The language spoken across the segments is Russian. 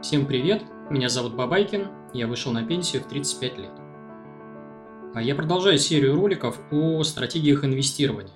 Всем привет, меня зовут Бабайкин, я вышел на пенсию в 35 лет. Я продолжаю серию роликов о стратегиях инвестирования.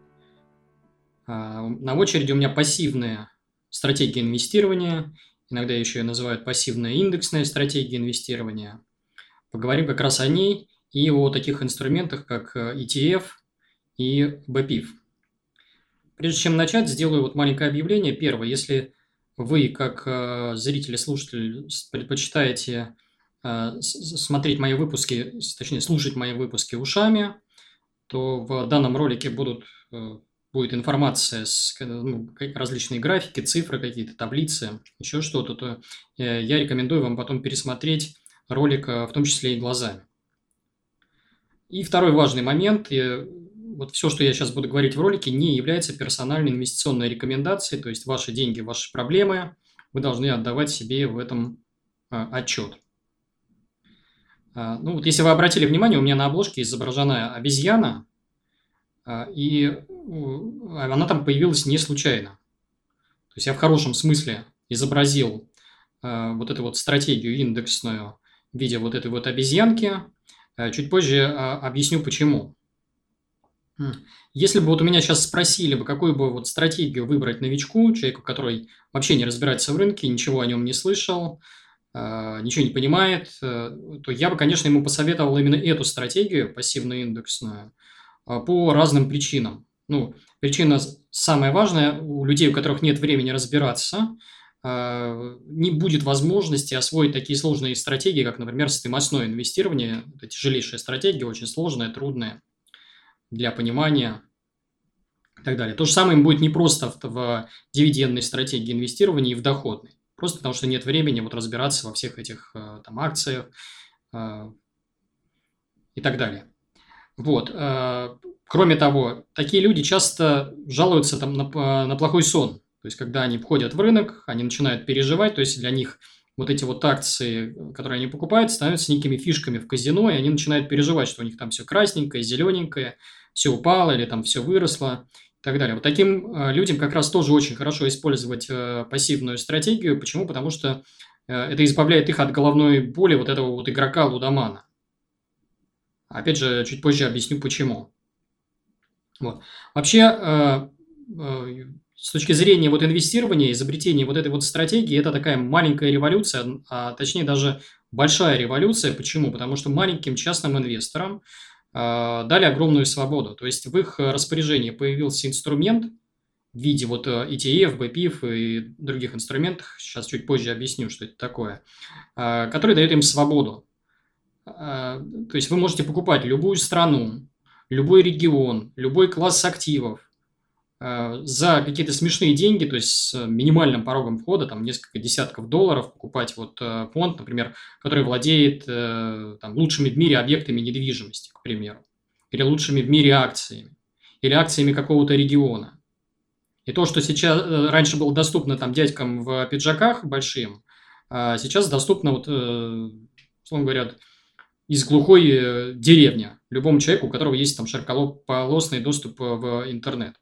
На очереди у меня пассивная стратегия инвестирования, иногда еще ее называют пассивная индексная стратегия инвестирования. Поговорим как раз о ней и о таких инструментах, как ETF и BPIF. Прежде чем начать, сделаю маленькое объявление. Первое, если вы, как зритель и слушатель, предпочитаете смотреть мои выпуски, точнее, слушать мои выпуски ушами, то в данном ролике будет информация, различные графики, цифры какие-то, таблицы, еще что-то, то я рекомендую вам потом пересмотреть ролик, в том числе и глазами. И второй важный момент. Все, что я сейчас буду говорить в ролике, не является персональной инвестиционной рекомендацией, то есть ваши деньги, ваши проблемы, вы должны отдавать себе в этом отчет. Если вы обратили внимание, у меня на обложке изображена обезьяна, и она там появилась не случайно. То есть я в хорошем смысле изобразил эту стратегию индексную в виде этой обезьянки. Чуть позже объясню, почему. Если бы у меня сейчас спросили бы, какую бы стратегию выбрать новичку, человеку, который вообще не разбирается в рынке, ничего о нем не слышал, ничего не понимает, то я бы, конечно, ему посоветовал именно эту стратегию, пассивно-индексную, по разным причинам. Причина самая важная: у людей, у которых нет времени разбираться, не будет возможности освоить такие сложные стратегии, как, например, стоимостное инвестирование. Это тяжелейшая стратегия, очень сложная, трудная для понимания и так далее. То же самое им будет непросто в дивидендной стратегии инвестирования и в доходной. Просто потому, что нет времени разбираться во всех этих акциях и так далее. Кроме того, такие люди часто жалуются на плохой сон. То есть, когда они входят в рынок, они начинают переживать, то есть для них эти акции, которые они покупают, становятся некими фишками в казино, и они начинают переживать, что у них там все красненькое, зелененькое, все упало или там все выросло и так далее. Таким людям как раз тоже очень хорошо использовать пассивную стратегию. Почему? Потому что это избавляет их от головной боли этого игрока-лудомана. Опять же, чуть позже объясню, почему. Вообще, с точки зрения инвестирования, изобретения этой стратегии, это такая маленькая революция, а точнее даже большая революция. Почему? Потому что маленьким частным инвесторам дали огромную свободу. То есть в их распоряжении появился инструмент в виде ETF, BPIF и других инструментов, сейчас чуть позже объясню, что это такое, который дает им свободу. То есть вы можете покупать любую страну, любой регион, любой класс активов за какие-то смешные деньги, то есть с минимальным порогом входа, там несколько десятков долларов, покупать фонд, например, который владеет лучшими в мире объектами недвижимости, к примеру, или лучшими в мире акциями, или акциями какого-то региона. И то, что сейчас раньше было доступно дядькам в пиджаках большим, сейчас доступно, условно говоря, из глухой деревни любому человеку, у которого есть широкополосный доступ в интернет.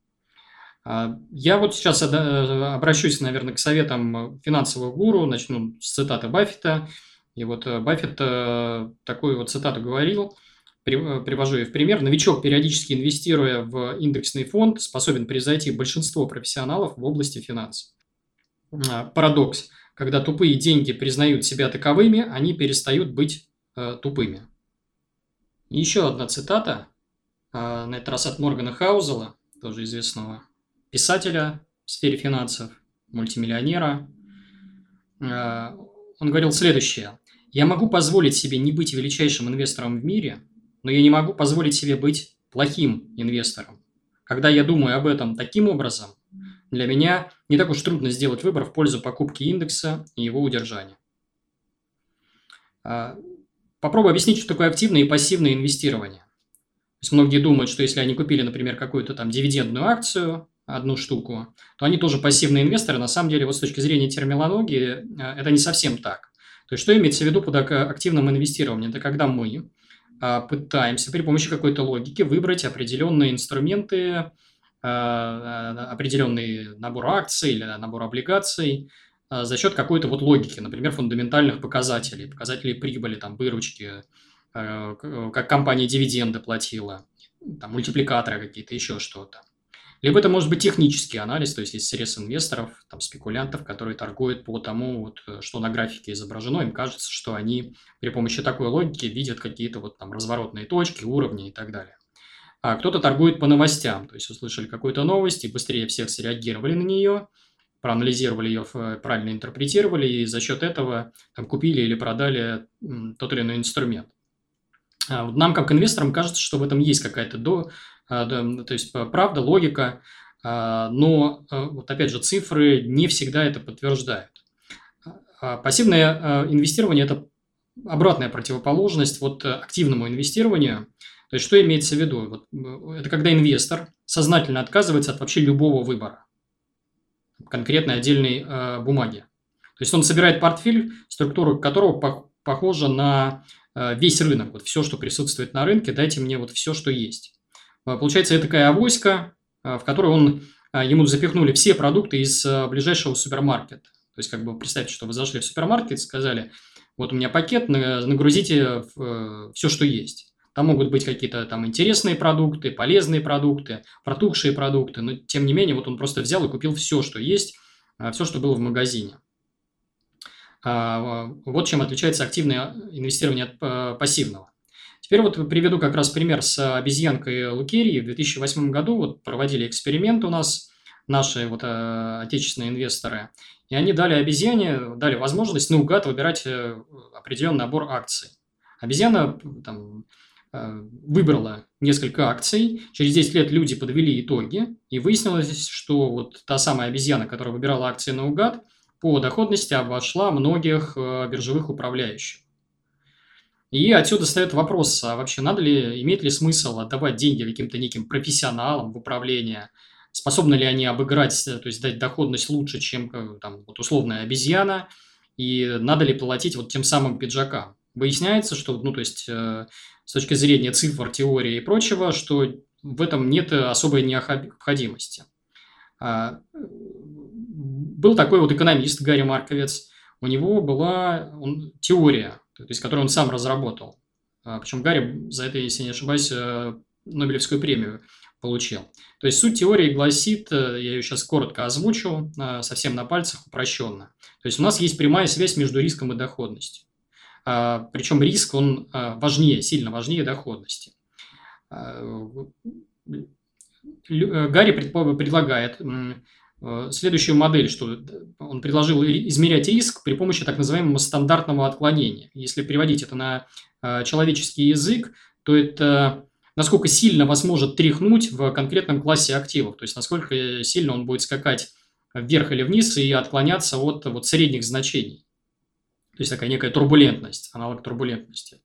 Я сейчас обращусь, наверное, к советам финансового гуру, начну с цитаты Баффета. И Баффет такую цитату говорил, привожу ее в пример: «Новичок, периодически инвестируя в индексный фонд, способен превзойти большинство профессионалов в области финансов». Парадокс: когда тупые деньги признают себя таковыми, они перестают быть тупыми. И еще одна цитата, на этот раз от Моргана Хаузела, тоже известного писателя в сфере финансов, мультимиллионера. Он говорил следующее: «Я могу позволить себе не быть величайшим инвестором в мире, но я не могу позволить себе быть плохим инвестором. Когда я думаю об этом таким образом, для меня не так уж трудно сделать выбор в пользу покупки индекса и его удержания». Попробую объяснить, что такое активное и пассивное инвестирование. То есть многие думают, что если они купили, например, какую-то дивидендную акцию, одну штуку, то они тоже пассивные инвесторы. На самом деле, с точки зрения терминологии, это не совсем так. То есть, что имеется в виду под активным инвестированием? Это когда мы пытаемся при помощи какой-то логики выбрать определенные инструменты, определенный набор акций или набор облигаций, за счет какой-то вот логики, например, фундаментальных показателей, показателей прибыли, там, выручки, как компания дивиденды платила, там, мультипликаторы какие-то, еще что-то. Либо это может быть технический анализ, то есть есть срез инвесторов, там, спекулянтов, которые торгуют по тому, вот, что на графике изображено. Им кажется, что они при помощи такой логики видят какие-то вот там разворотные точки, уровни и так далее. А кто-то торгует по новостям, то есть услышали какую-то новость и быстрее всех среагировали на нее, проанализировали ее, правильно интерпретировали и за счет этого там, купили или продали тот или иной инструмент. Вот нам, как инвесторам, кажется, что в этом есть какая-то то есть правда, логика, но вот опять же цифры не всегда это подтверждают. Пассивное инвестирование – это обратная противоположность вот активному инвестированию. То есть что имеется в виду? Вот, это когда инвестор сознательно отказывается от вообще любого выбора конкретной отдельной бумаги. То есть он собирает портфель, структура которого похожа на весь рынок, вот все, что присутствует на рынке, дайте мне вот все, что есть. Получается, это такая авоська, в которой ему запихнули все продукты из ближайшего супермаркета. То есть, как бы представьте, что вы зашли в супермаркет и сказали, вот у меня пакет, нагрузите все, что есть. Там могут быть какие-то там интересные продукты, полезные продукты, протухшие продукты, но тем не менее, вот он просто взял и купил все, что есть, все, что было в магазине. Вот чем отличается активное инвестирование от пассивного. Теперь вот приведу как раз пример с обезьянкой Лукерьи. В 2008 году вот проводили эксперимент у нас, наши вот отечественные инвесторы, и они дали возможность наугад выбирать определенный набор акций. Обезьяна там выбрала несколько акций, через 10 лет люди подвели итоги, и выяснилось, что вот та самая обезьяна, которая выбирала акции наугад, по доходности обошла многих биржевых управляющих. И отсюда встает вопрос, а вообще имеет ли смысл отдавать деньги каким-то неким профессионалам в управление, способны ли они обыграть, то есть дать доходность лучше, чем там, вот условная обезьяна, и надо ли платить вот тем самым пиджакам. Выясняется, что, ну, то есть, с точки зрения цифр, теории и прочего, что в этом нет особой необходимости. Был такой вот экономист Гарри Марковец, у него была теория, то есть, которую он сам разработал. Причем Гарри за это, если не ошибаюсь, Нобелевскую премию получил. То есть суть теории гласит, я ее сейчас коротко озвучу, совсем на пальцах, упрощенно. То есть у нас есть прямая связь между риском и доходностью. Причем риск, он важнее, сильно важнее доходности. Гарри предлагает следующую модель, что он предложил измерять риск при помощи так называемого стандартного отклонения. Если переводить это на человеческий язык, то это насколько сильно вас может тряхнуть в конкретном классе активов, то есть насколько сильно он будет скакать вверх или вниз и отклоняться от вот средних значений. То есть такая некая турбулентность, аналог турбулентности.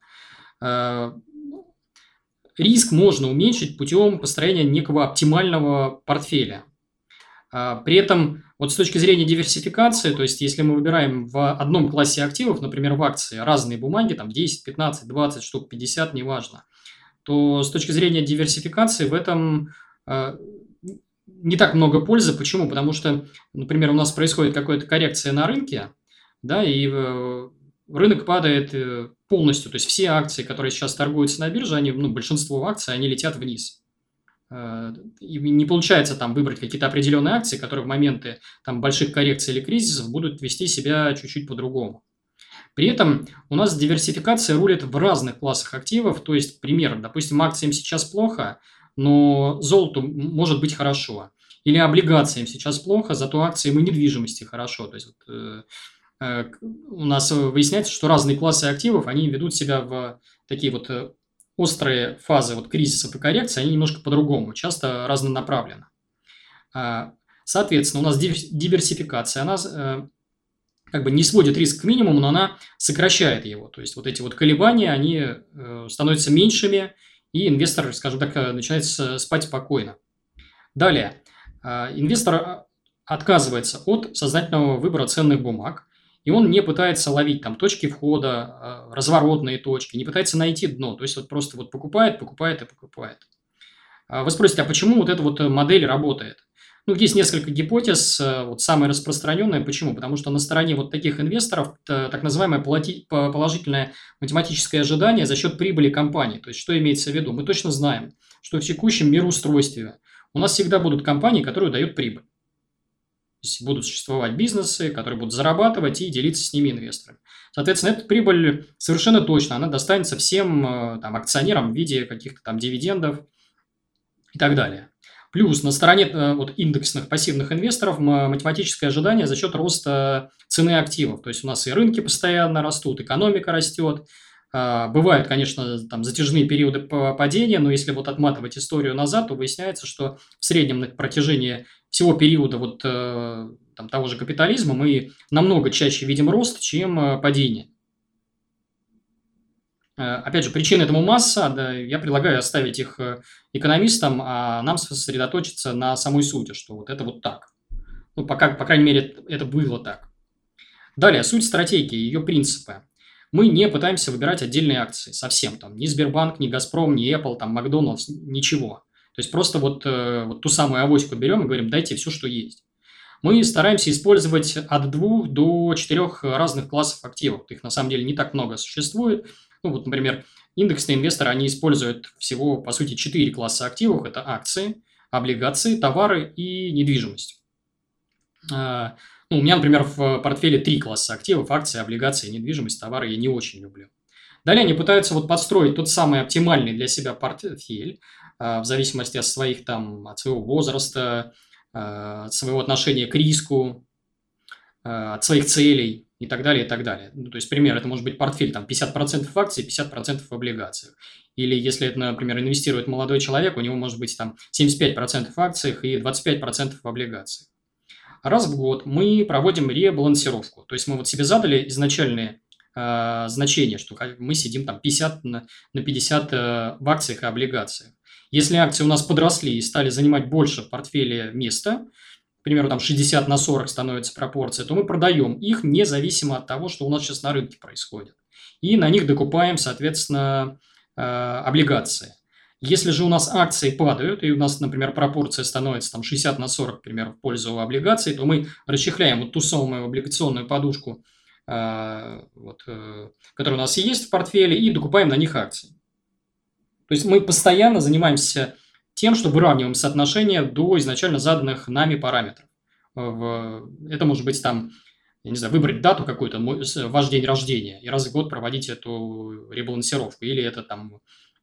Риск можно уменьшить путем построения некого оптимального портфеля. При этом вот с точки зрения диверсификации, то есть если мы выбираем в одном классе активов, например, в акции разные бумаги, там 10, 15, 20 штук, 50, неважно, то с точки зрения диверсификации в этом не так много пользы. Почему? Потому что, например, у нас происходит какая-то коррекция на рынке, да, и рынок падает полностью, то есть все акции, которые сейчас торгуются на бирже, большинство акций, они летят вниз. И не получается там выбрать какие-то определенные акции, которые в моменты там, больших коррекций или кризисов будут вести себя чуть-чуть по-другому. При этом у нас диверсификация рулит в разных классах активов, то есть, пример, допустим, акциям сейчас плохо, но золоту может быть хорошо. Или облигациям сейчас плохо, зато акциям и недвижимости хорошо. То есть, у нас выясняется, что разные классы активов, они ведут себя в такие вот острые фазы вот кризисов и коррекций, они немножко по-другому, часто разнонаправленно. Соответственно, у нас диверсификация, она как бы не сводит риск к минимуму, но она сокращает его. То есть, вот эти вот колебания, они становятся меньшими, и инвестор, скажем так, начинает спать спокойно. Далее, инвестор отказывается от сознательного выбора ценных бумаг, и он не пытается ловить там точки входа, разворотные точки, не пытается найти дно. То есть, вот просто вот покупает. Вы спросите, а почему вот эта вот модель работает? Ну, есть несколько гипотез. Вот самая распространенная. Почему? Потому что на стороне вот таких инвесторов так называемое положительное математическое ожидание за счет прибыли компании. То есть, что имеется в виду? Мы точно знаем, что в текущем мироустройстве у нас всегда будут компании, которые дают прибыль. То есть, будут существовать бизнесы, которые будут зарабатывать и делиться с ними инвесторами. Соответственно, эта прибыль совершенно точно, она достанется всем там, акционерам в виде каких-то там дивидендов и так далее. Плюс на стороне вот индексных пассивных инвесторов математическое ожидание за счет роста цены активов. То есть, у нас и рынки постоянно растут, экономика растет. Бывают, конечно, там затяжные периоды падения, но если вот отматывать историю назад, то выясняется, что в среднем на протяжении всего периода вот там, того же капитализма мы намного чаще видим рост, чем падение. Опять же, причин этому масса, да, я предлагаю оставить их экономистам, а нам сосредоточиться на самой сути, что вот это вот так. Ну, пока, по крайней мере, это было так. Далее, суть стратегии, ее принципы. Мы не пытаемся выбирать отдельные акции совсем. Там, ни Сбербанк, ни Газпром, ни Apple, там, Макдональдс, ничего. То есть, просто вот ту самую авоську берем и говорим, дайте все, что есть. Мы стараемся использовать от 2 до 4 разных классов активов. Их на самом деле не так много существует. Ну, вот, например, индексные инвесторы, они используют всего, по сути, 4 класса активов. Это акции, облигации, товары и недвижимость. Ну, у меня, например, в портфеле 3 класса активов: акции, облигации, недвижимость, товары я не очень люблю. Далее они пытаются вот подстроить тот самый оптимальный для себя портфель в зависимости от своего возраста, от своего отношения к риску, от своих целей и так далее, и так далее. Ну, то есть, пример, это может быть портфель там 50% акций, 50% в облигациях. Или если это, например, инвестирует молодой человек, у него может быть там 75% в акциях и 25% в облигациях. Раз в год мы проводим ребалансировку. То есть, мы вот себе задали изначальные значения, что мы сидим там 50 на 50 в акциях и облигациях. Если акции у нас подросли и стали занимать больше в портфеле места, к примеру, там 60/40 становится пропорция, то мы продаем их независимо от того, что у нас сейчас на рынке происходит. И на них докупаем, соответственно, облигации. Если же у нас акции падают, и у нас, например, пропорция становится там 60/40, к примеру, в пользу облигаций, то мы расчехляем вот ту самую облигационную подушку, которая у нас есть в портфеле, и докупаем на них акции. То есть, мы постоянно занимаемся тем, что выравниваем соотношение до изначально заданных нами параметров. Это может быть там, я не знаю, выбрать дату какую-то, ваш день рождения, и раз в год проводить эту ребалансировку. Или это там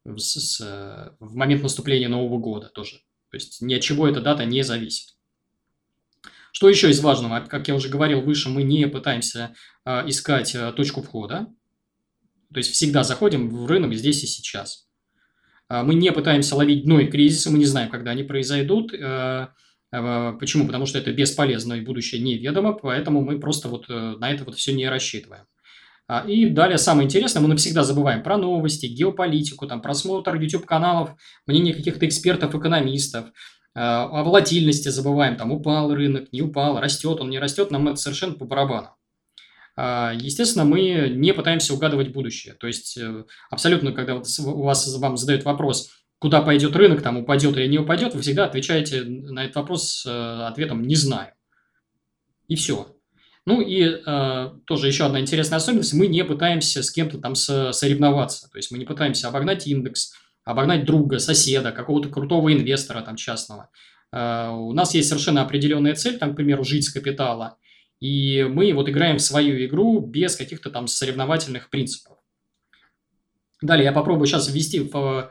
в момент наступления Нового года тоже. То есть, ни от чего эта дата не зависит. Что еще из важного? Как я уже говорил выше, мы не пытаемся искать точку входа. То есть, всегда заходим в рынок здесь и сейчас. Мы не пытаемся ловить дно и кризисы, мы не знаем, когда они произойдут. Почему? Потому что это бесполезно и будущее неведомо, поэтому мы просто вот на это вот все не рассчитываем. И далее, самое интересное, мы навсегда забываем про новости, геополитику, там, просмотр YouTube-каналов, мнение каких-то экспертов-экономистов, о волатильности забываем, там, упал рынок, не упал, растет он, не растет, нам это совершенно по барабану. Естественно, мы не пытаемся угадывать будущее. То есть, абсолютно, когда вам задают вопрос, куда пойдет рынок, там упадет или не упадет, вы всегда отвечаете на этот вопрос ответом «не знаю». И все. Ну и тоже еще одна интересная особенность. Мы не пытаемся с кем-то там соревноваться. То есть, мы не пытаемся обогнать индекс, обогнать друга, соседа, какого-то крутого инвестора там частного. У нас есть совершенно определенная цель, там, к примеру, жить с капитала. И мы вот играем в свою игру без каких-то там соревновательных принципов. Далее я попробую сейчас ввести два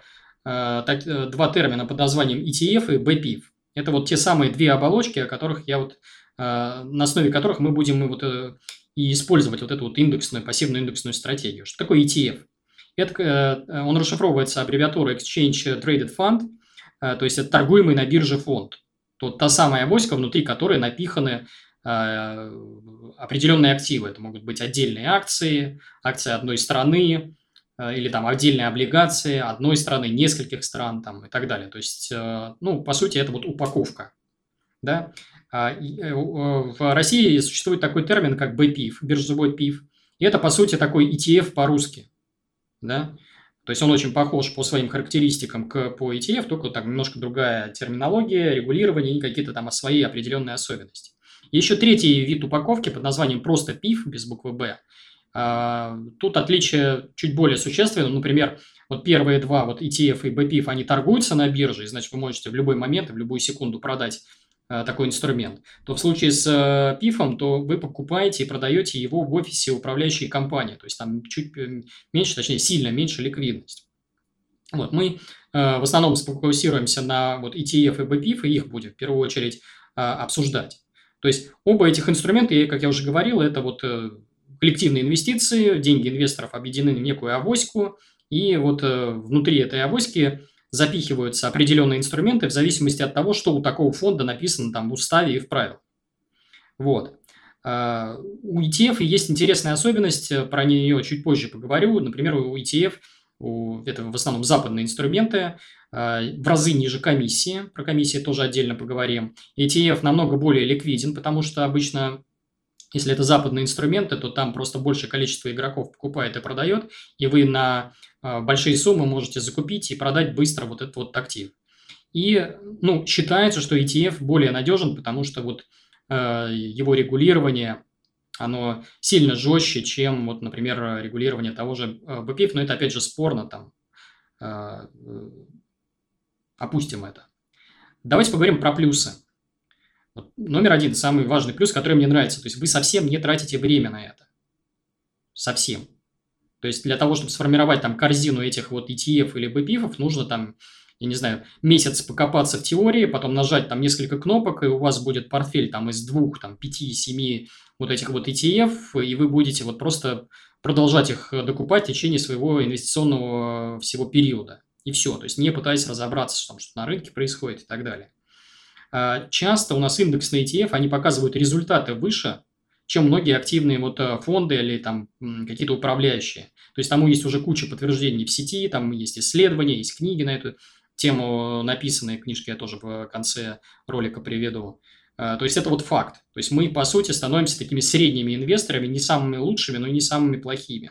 термина под названием ETF и BPIF. Это вот те самые две оболочки, о которых я вот, на основе которых мы будем и использовать вот эту вот пассивную индексную стратегию. Что такое ETF? Он расшифровывается аббревиатурой Exchange Traded Fund, то есть это торгуемый на бирже фонд. Та самая авоська, внутри которой напиханы определенные активы. Это могут быть отдельные акции, акции одной страны, или там отдельные облигации одной страны, нескольких стран там, и так далее. То есть, по сути, это вот упаковка. Да? В России существует такой термин, как BPIF, биржевой ПИФ. И это, по сути, такой ETF по-русски. Да? То есть он очень похож по своим характеристикам по ETF, только там немножко другая терминология, регулирование и какие-то там свои определенные особенности. И еще третий вид упаковки под названием просто PIF без буквы «Б». Тут отличие чуть более существенно. Например, вот первые два, вот ETF и BPIF, они торгуются на бирже, и, значит, вы можете в любой момент, в любую секунду продать такой инструмент. То в случае с PIF, то вы покупаете и продаете его в офисе управляющей компании. То есть там чуть меньше, точнее, сильно меньше ликвидность. Вот, мы в основном сфокусируемся на вот ETF и BPIF, и их будем в первую очередь обсуждать. То есть оба этих инструмента, как я уже говорил, это вот коллективные инвестиции, деньги инвесторов объединены в некую авоську, и вот внутри этой авоськи запихиваются определенные инструменты в зависимости от того, что у такого фонда написано там в уставе и в правилах. Вот. У ETF есть интересная особенность, про нее чуть позже поговорю. Например, у ETF, это в основном западные инструменты, в разы ниже комиссии, про комиссии тоже отдельно поговорим. ETF намного более ликвиден, потому что обычно, если это западные инструменты, то там просто большее количество игроков покупает и продает, и вы на большие суммы можете закупить и продать быстро вот этот вот актив. И считается, что ETF более надежен, потому что вот его регулирование, оно сильно жестче, чем, вот, например, регулирование того же BPIF, но это, опять же, спорно, там, опустим это. Давайте поговорим про плюсы. Вот, номер один, самый важный плюс, который мне нравится, то есть вы совсем не тратите время на это. Совсем. То есть для того, чтобы сформировать там корзину этих вот ETF или BPIF, нужно там, я не знаю, месяц покопаться в теории, потом нажать там несколько кнопок, и у вас будет портфель там из 2, там, 5, 7 вот этих вот ETF, и вы будете вот просто продолжать их докупать в течение своего инвестиционного всего периода. И все, то есть не пытаясь разобраться, что на рынке происходит и так далее. Часто у нас индексные ETF, они показывают результаты выше, чем многие активные вот фонды или там какие-то управляющие. То есть там есть уже куча подтверждений в сети, там есть исследования, есть книги на эту тему написанные, книжки я тоже в конце ролика приведу. То есть это вот факт. То есть мы, по сути, становимся такими средними инвесторами, не самыми лучшими, но и не самыми плохими.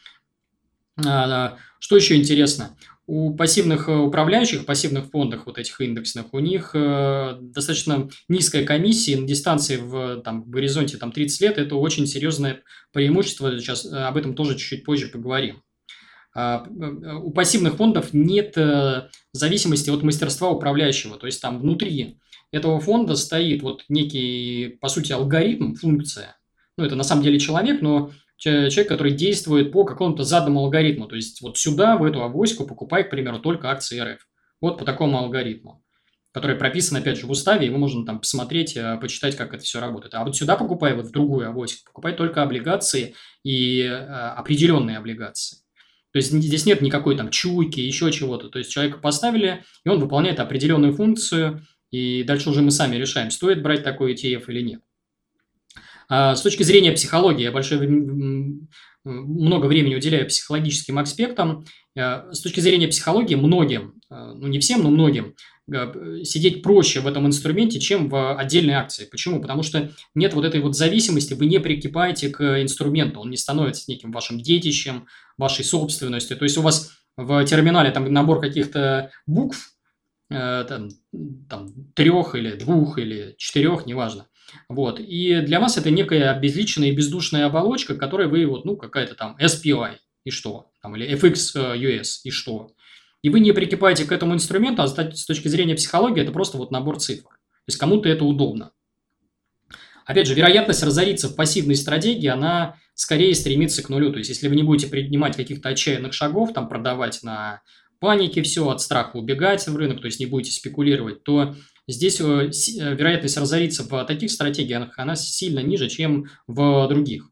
Что еще интересно? У пассивных управляющих, пассивных фондах вот этих индексных, у них достаточно низкая комиссия на дистанции в горизонте 30 лет. Это очень серьезное преимущество. Сейчас об этом тоже чуть-чуть позже поговорим. У пассивных фондов нет зависимости от мастерства управляющего. То есть там внутри этого фонда стоит вот некий, по сути, алгоритм, функция. Это на самом деле человек, но человек, который действует по какому-то заданному алгоритму. То есть вот сюда, в эту авоську, покупай, к примеру, только акции РФ. Вот по такому алгоритму, который прописан, опять же, в уставе, его можно там посмотреть, почитать, как это все работает. А вот сюда покупай, вот в другую авоську, покупай только облигации и определенные облигации. То есть здесь нет никакой там чуйки, еще чего-то. То есть человека поставили, и он выполняет определенную функцию, и дальше уже мы сами решаем, стоит брать такой ETF или нет. С точки зрения психологии, я много времени уделяю психологическим аспектам. С точки зрения психологии многим, не всем, но многим, сидеть проще в этом инструменте, чем в отдельной акции. Почему? Потому что нет вот этой вот зависимости, вы не прикипаете к инструменту, он не становится неким вашим детищем, вашей собственностью. То есть у вас в терминале там набор каких-то букв, там 3 или 2 или 4, неважно. Вот. И для вас это некая обезличенная и бездушная оболочка, которой вы, какая-то там SPY, и что? Или FX US, и что? И вы не прикипаете к этому инструменту, а с точки зрения психологии это просто вот набор цифр. То есть кому-то это удобно. Опять же, вероятность разориться в пассивной стратегии, она скорее стремится к нулю. То есть если вы не будете принимать каких-то отчаянных шагов, там продавать на панике все, от страха убегать в рынок, то есть не будете спекулировать, то здесь вероятность разориться в таких стратегиях, она сильно ниже, чем в других.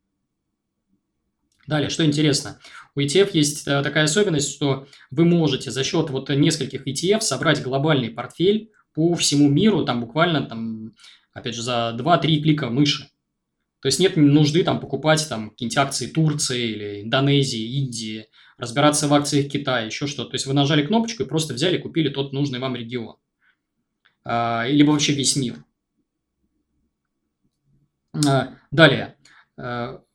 Далее, что интересно, у ETF есть такая особенность, что вы можете за счет вот нескольких ETF собрать глобальный портфель по всему миру, там буквально, опять же, за 2-3 клика мыши. То есть нет нужды покупать какие-нибудь акции Турции или Индонезии, Индии, разбираться в акциях Китая, еще что-то. То есть вы нажали кнопочку и просто взяли, купили тот нужный вам регион. Либо вообще весь мир. Далее.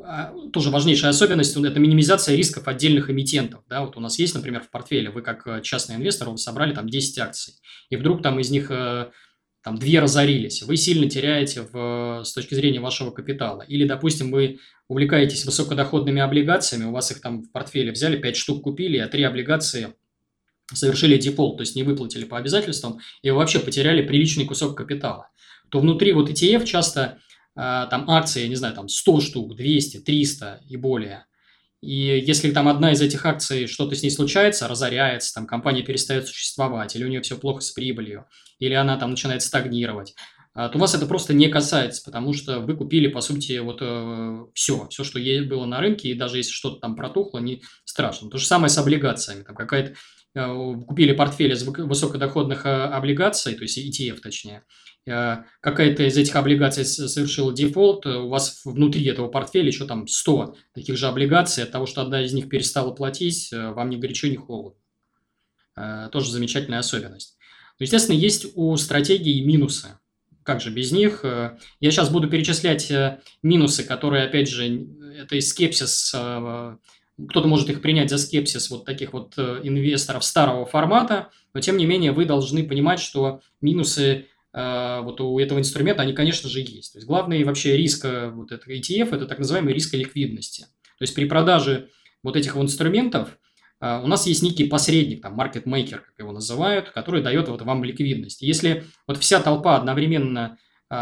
тоже важнейшая особенность – это минимизация рисков отдельных эмитентов. Да, вот у нас есть, например, в портфеле, вы как частный инвестор, вы собрали там 10 акций, и вдруг там из них там 2 разорились, вы сильно теряете с точки зрения вашего капитала. Или, допустим, вы увлекаетесь высокодоходными облигациями, у вас их там в портфеле взяли, 5 штук купили, а 3 облигации совершили дефолт, то есть не выплатили по обязательствам, и вы вообще потеряли приличный кусок капитала, то внутри вот ETF часто там акции, я не знаю, там 100 штук, 200, 300 и более. И если там одна из этих акций, что-то с ней случается, разоряется, там компания перестает существовать, или у нее все плохо с прибылью, или она там начинает стагнировать, то вас это просто не касается, потому что вы купили, по сути, вот все, что было на рынке, и даже если что-то там протухло, не страшно. То же самое с облигациями. Там купили портфель из высокодоходных облигаций, то есть ETF точнее, какая-то из этих облигаций совершила дефолт, у вас внутри этого портфеля еще там 100 таких же облигаций, от того, что одна из них перестала платить, вам ни горячо, ни холодно. Тоже замечательная особенность. Но, естественно, есть у стратегии минусы. Как же без них? Я сейчас буду перечислять минусы, которые, опять же, это и скепсис, кто-то может их принять за скепсис вот таких вот инвесторов старого формата, но, тем не менее, вы должны понимать, что минусы вот у этого инструмента, они, конечно же, есть. То есть, главный вообще риск вот этого ETF – это так называемый риск ликвидности. То есть, при продаже вот этих вот инструментов у нас есть некий посредник, там, маркет-мейкер, как его называют, который дает вот вам ликвидность. Если вот вся толпа одновременно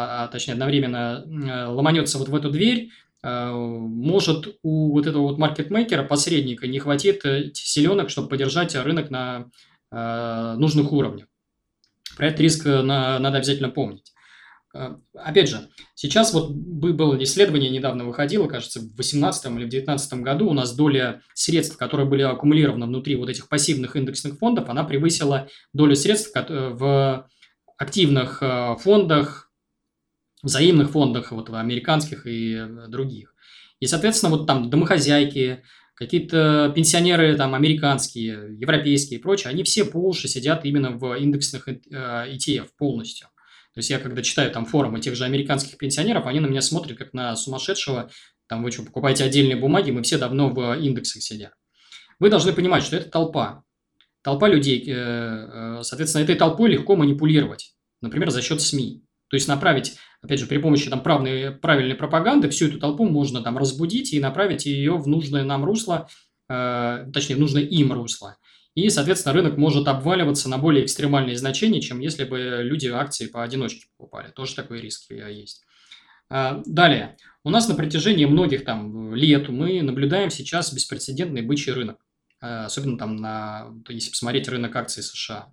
ломанется вот в эту дверь, может у вот этого вот маркетмейкера, посредника, не хватит силенок, чтобы поддержать рынок на нужных уровнях. Про этот риск надо обязательно помнить. Опять же, сейчас вот было исследование, недавно выходило, кажется, в 2018 или в 2019 году у нас доля средств, которые были аккумулированы внутри вот этих пассивных индексных фондов, она превысила долю средств в активных фондах, взаимных фондах, вот в американских и других. И, соответственно, вот там домохозяйки, какие-то пенсионеры там американские, европейские и прочее, они все по уши сидят именно в индексных ETF полностью. То есть я когда читаю там форумы тех же американских пенсионеров, они на меня смотрят как на сумасшедшего, там вы что, покупаете отдельные бумаги, мы все давно в индексах сидят. Вы должны понимать, что это толпа. Толпа людей, соответственно, этой толпой легко манипулировать, например, за счет СМИ. То есть направить, опять же, при помощи там правильной пропаганды всю эту толпу можно там разбудить и направить ее в нужное нам русло, точнее, в нужное им русло. И, соответственно, рынок может обваливаться на более экстремальные значения, чем если бы люди акции поодиночке покупали. Тоже такой риск есть. Далее. У нас на протяжении многих там лет мы наблюдаем сейчас беспрецедентный бычий рынок. Особенно там, если посмотреть рынок акций США.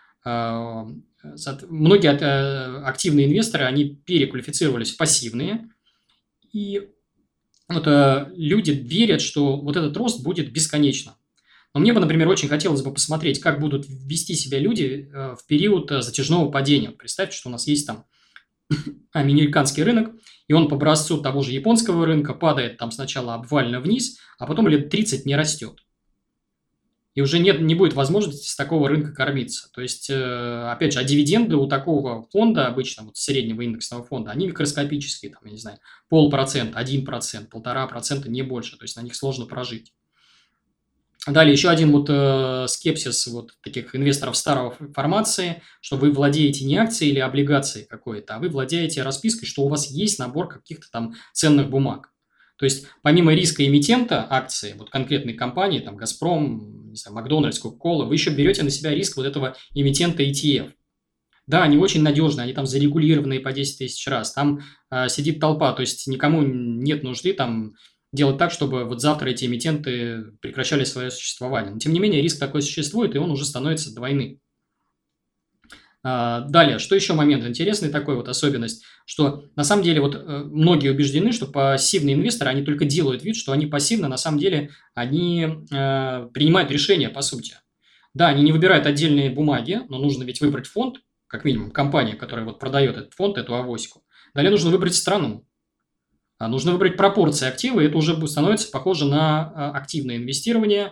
Многие активные инвесторы, они переквалифицировались в пассивные. И вот люди верят, что вот этот рост будет бесконечным. Но мне бы, например, очень хотелось бы посмотреть, как будут вести себя люди в период затяжного падения. Представьте, что у нас есть там американский рынок, и он по образцу того же японского рынка падает там сначала обвально вниз, а потом лет 30 не растет. И уже не будет возможности с такого рынка кормиться. То есть, опять же, дивиденды у такого фонда, обычно вот среднего индексного фонда, они микроскопические, там, я не знаю, 0,5%, 1%, 1,5%, не больше. То есть, на них сложно прожить. Далее еще один вот скепсис вот таких инвесторов старого формации, что вы владеете не акцией или облигацией какой-то, а вы владеете распиской, что у вас есть набор каких-то там ценных бумаг. То есть, помимо риска эмитента акции, вот конкретной компании, там, «Газпром», не знаю, «Макдональдс», «Кока-кола», вы еще берете на себя риск вот этого эмитента ETF. Да, они очень надежные, они там зарегулированные по 10 тысяч раз, там сидит толпа, то есть никому нет нужды там делать так, чтобы вот завтра эти эмитенты прекращали свое существование. Но, тем не менее, риск такой существует, и он уже становится двойным. Далее, что еще момент интересный такой вот особенность, что на самом деле вот многие убеждены, что пассивные инвесторы, они только делают вид, что они пассивны, на самом деле они принимают решения по сути. Да, они не выбирают отдельные бумаги, но нужно ведь выбрать фонд, как минимум компания, которая вот продает этот фонд, эту авоську. Далее нужно выбрать страну. Нужно выбрать пропорции активов, и это уже становится похоже на активное инвестирование.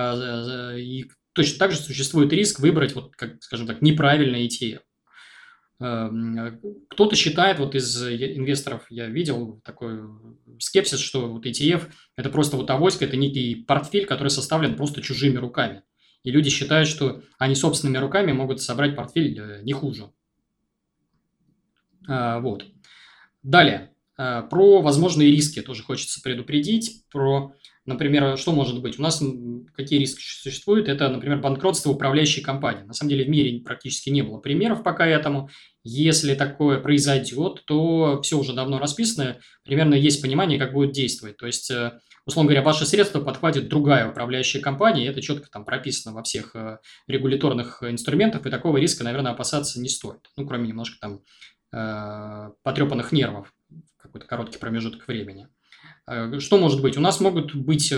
И точно так же существует риск выбрать, вот, как, скажем так, неправильный ETF. Кто-то считает, вот из инвесторов я видел такой скепсис, что вот ETF– это просто вот авоська, это некий портфель, который составлен просто чужими руками. И люди считают, что они собственными руками могут собрать портфель не хуже. Вот. Далее, про возможные риски тоже хочется предупредить. Например, что может быть? У нас какие риски существуют? Это, например, банкротство управляющей компании. На самом деле в мире практически не было примеров пока этому. Если такое произойдет, то все уже давно расписано. Примерно есть понимание, как будет действовать. То есть, условно говоря, ваши средства подхватит другая управляющая компания, и это четко там прописано во всех регуляторных инструментах, и такого риска, наверное, опасаться не стоит. Ну, кроме немножко там потрепанных нервов в какой-то короткий промежуток времени. Что может быть? У нас могут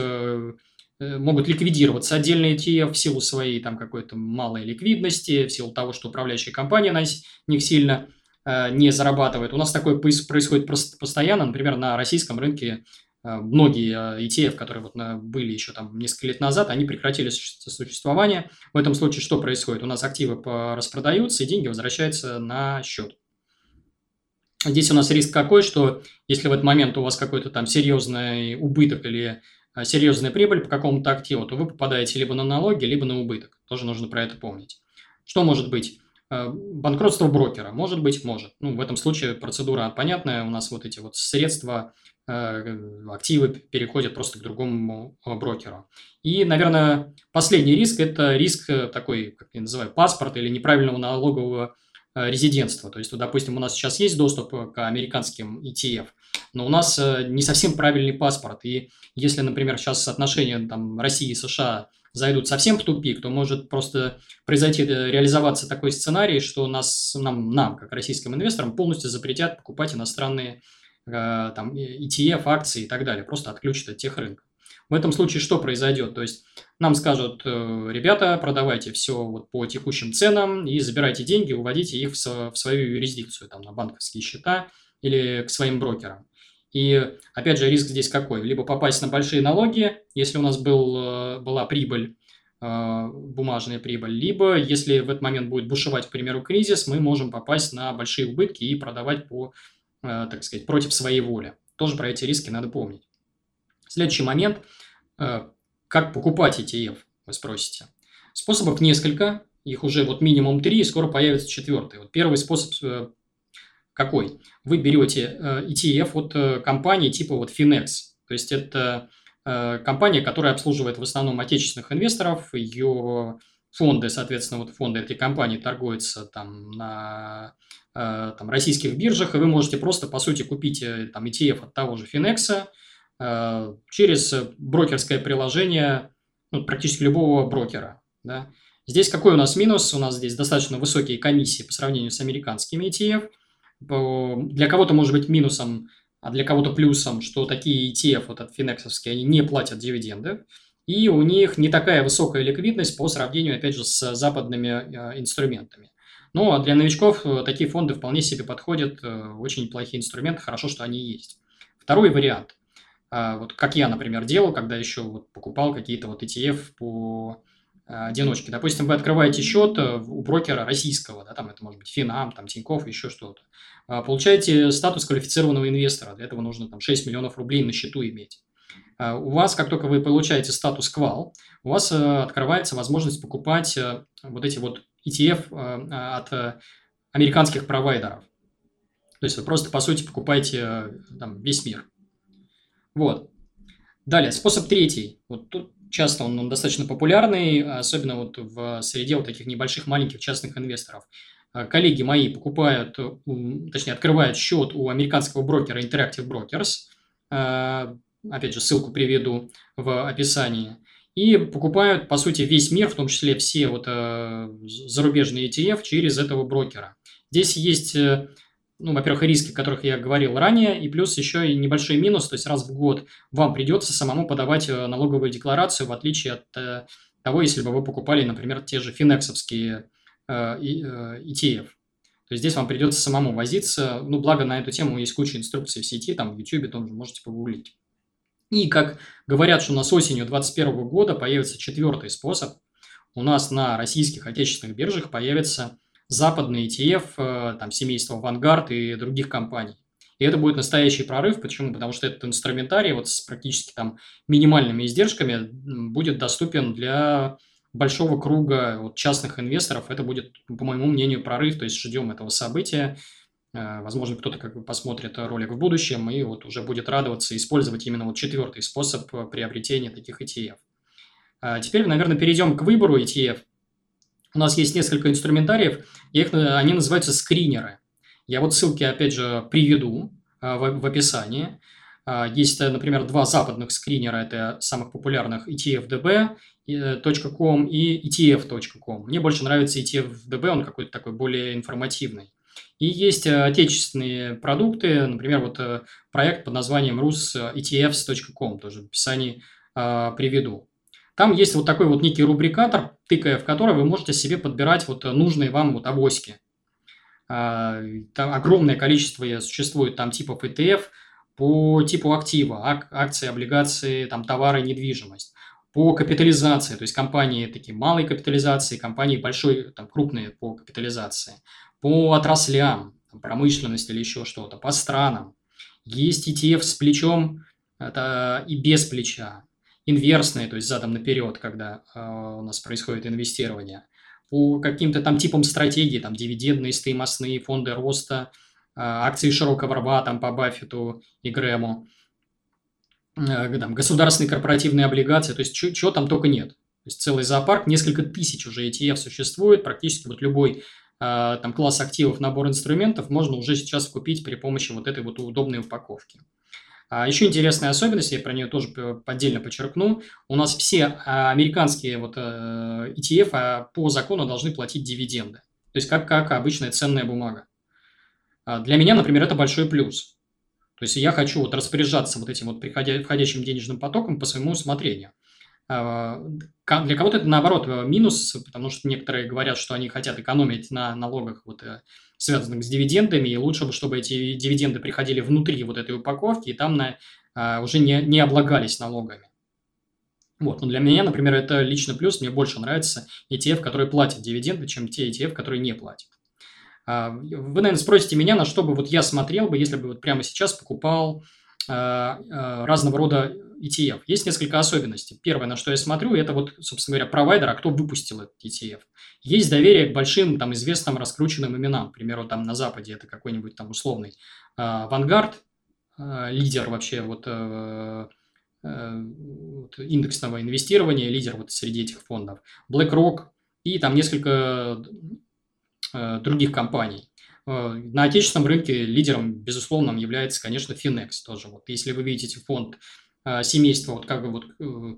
ликвидироваться отдельные ETF в силу своей там какой-то малой ликвидности, в силу того, что управляющая компания на них сильно не зарабатывает. У нас такое происходит постоянно. Например, на российском рынке многие ETF, которые вот были еще там несколько лет назад, они прекратили существование. В этом случае что происходит? У нас активы распродаются, и деньги возвращаются на счет. Здесь у нас риск какой, что если в этот момент у вас какой-то там серьезный убыток или серьезная прибыль по какому-то активу, то вы попадаете либо на налоги, либо на убыток. Тоже нужно про это помнить. Что может быть? Банкротство брокера. Может быть, может. Ну, в этом случае процедура понятная. У нас вот эти вот средства, активы переходят просто к другому брокеру. И, наверное, последний риск – это риск такой, как я называю, паспорта или неправильного налогового резидентства. То есть, вот, допустим, у нас сейчас есть доступ к американским ETF, но у нас не совсем правильный паспорт. И если, например, сейчас соотношения там, России и США зайдут совсем в тупик, то может просто произойти, реализоваться такой сценарий, что нам, как российским инвесторам, полностью запретят покупать иностранные там, ETF, акции и так далее. Просто отключат от тех рынков. В этом случае что произойдет? То есть нам скажут: ребята, продавайте все вот по текущим ценам и забирайте деньги, уводите их в свою юрисдикцию, там, на банковские счета или к своим брокерам. И опять же риск здесь какой? Либо попасть на большие налоги, если у нас была прибыль, бумажная прибыль, либо если в этот момент будет бушевать, к примеру, кризис, мы можем попасть на большие убытки и продавать так сказать, против своей воли. Тоже про эти риски надо помнить. Следующий момент. Как покупать ETF, вы спросите. Способов несколько, их уже вот минимум 3, и скоро появится 4. Вот первый способ какой? Вы берете ETF от компании типа вот Finex. То есть это компания, которая обслуживает в основном отечественных инвесторов. Ее фонды, соответственно, вот фонды этой компании торгуются там на там, российских биржах, и вы можете просто, по сути, купить там ETF от того же Finex через брокерское приложение, ну, практически любого брокера. Да. Здесь какой у нас минус? У нас здесь достаточно высокие комиссии по сравнению с американскими ETF. Для кого-то может быть минусом, а для кого-то плюсом, что такие ETF вот от финексовские, они не платят дивиденды, и у них не такая высокая ликвидность по сравнению, опять же, с западными инструментами. Ну, а для новичков такие фонды вполне себе подходят, очень неплохие инструменты, хорошо, что они есть. Второй вариант. Вот как я, например, делал, когда еще вот покупал какие-то вот ETF по одиночке. Допустим, вы открываете счет у брокера российского, да, там это может быть Финам, там Тинькофф, еще что-то. Получаете статус квалифицированного инвестора. Для этого нужно там 6 миллионов рублей на счету иметь. У вас, как только вы получаете статус КВАЛ, у вас открывается возможность покупать вот эти вот ETF от американских провайдеров. То есть вы просто, по сути, покупаете там весь мир. Вот. Далее, способ третий. Вот тут часто он достаточно популярный, особенно вот в среде вот таких небольших, маленьких частных инвесторов. Коллеги мои покупают, точнее, открывают счет у американского брокера Interactive Brokers. Опять же, ссылку приведу в описании. И покупают, по сути, весь мир, в том числе все вот зарубежные ETF через этого брокера. Здесь есть... Ну, во-первых, риски, о которых я говорил ранее, и плюс еще и небольшой минус, то есть раз в год вам придется самому подавать налоговую декларацию, в отличие от того, если бы вы покупали, например, те же финексовские ETF. То есть здесь вам придется самому возиться, ну, благо на эту тему есть куча инструкций в сети, там в YouTube тоже можете погуглить. И как говорят, что у нас осенью 2021 года появится 4-й способ, у нас на российских отечественных биржах появится западный ETF, там, семейства Vanguard и других компаний. И это будет настоящий прорыв. Почему? Потому что этот инструментарий вот с практически там минимальными издержками будет доступен для большого круга вот частных инвесторов. Это будет, по моему мнению, прорыв. То есть ждем этого события. Возможно, кто-то как бы посмотрит ролик в будущем и вот уже будет радоваться, использовать именно вот четвертый способ приобретения таких ETF. Теперь, наверное, перейдем к выбору ETF. У нас есть несколько инструментариев, они называются скринеры. Я вот ссылки, опять же, приведу в описании. Есть, например, два западных скринера, это самых популярных etfdb.com и etf.com. Мне больше нравится etfdb, он какой-то такой более информативный. И есть отечественные продукты, например, вот проект под названием rusetfs.com, тоже в описании приведу. Там есть вот такой вот некий рубрикатор, тыкая в который вы можете себе подбирать вот нужные вам вот авоськи. Там огромное количество существует там типов ETF по типу актива, акции, облигации, там товары, недвижимость. По капитализации, то есть компании такие малой капитализации, компании большой, там крупные по капитализации. По отраслям, там, промышленность или еще что-то, по странам. Есть ETF с плечом это и без плеча. Инверсные, то есть задом наперед, когда у нас происходит инвестирование. По каким-то там типам стратегий, там дивидендные, стоимостные, фонды роста, акции широкого рва, там по Баффету и Грэму, там, государственные корпоративные облигации, то есть чего там только нет. То есть целый зоопарк, несколько тысяч уже ETF существует, практически вот любой там класс активов, набор инструментов можно уже сейчас купить при помощи вот этой вот удобной упаковки. Еще интересная особенность, я про нее тоже отдельно подчеркну, у нас все американские вот ETF по закону должны платить дивиденды, то есть как обычная ценная бумага. Для меня, например, это большой плюс. То есть я хочу вот распоряжаться вот этим вот входящим денежным потоком по своему усмотрению. Для кого-то это, наоборот, минус, потому что некоторые говорят, что они хотят экономить на налогах, вот, связанных с дивидендами, и лучше бы, чтобы эти дивиденды приходили внутри вот этой упаковки, и там уже не облагались налогами. Вот. Но для меня, например, это лично плюс. Мне больше нравится ETF, которые платят дивиденды, чем те ETF, которые не платят. Вы, наверное, спросите меня, на что бы вот я смотрел бы, если бы вот прямо сейчас покупал разного рода ETF. Есть несколько особенностей. Первое, на что я смотрю, это вот, собственно говоря, провайдер, а кто выпустил этот ETF. Есть доверие к большим, там, известным, раскрученным именам. К примеру, там на Западе это какой-нибудь там условный Vanguard, лидер вообще вот индексного инвестирования, лидер вот среди этих фондов. BlackRock и там несколько других компаний. На отечественном рынке лидером, безусловно, является, конечно, Finex тоже. Вот если вы видите фонд семейства вот как бы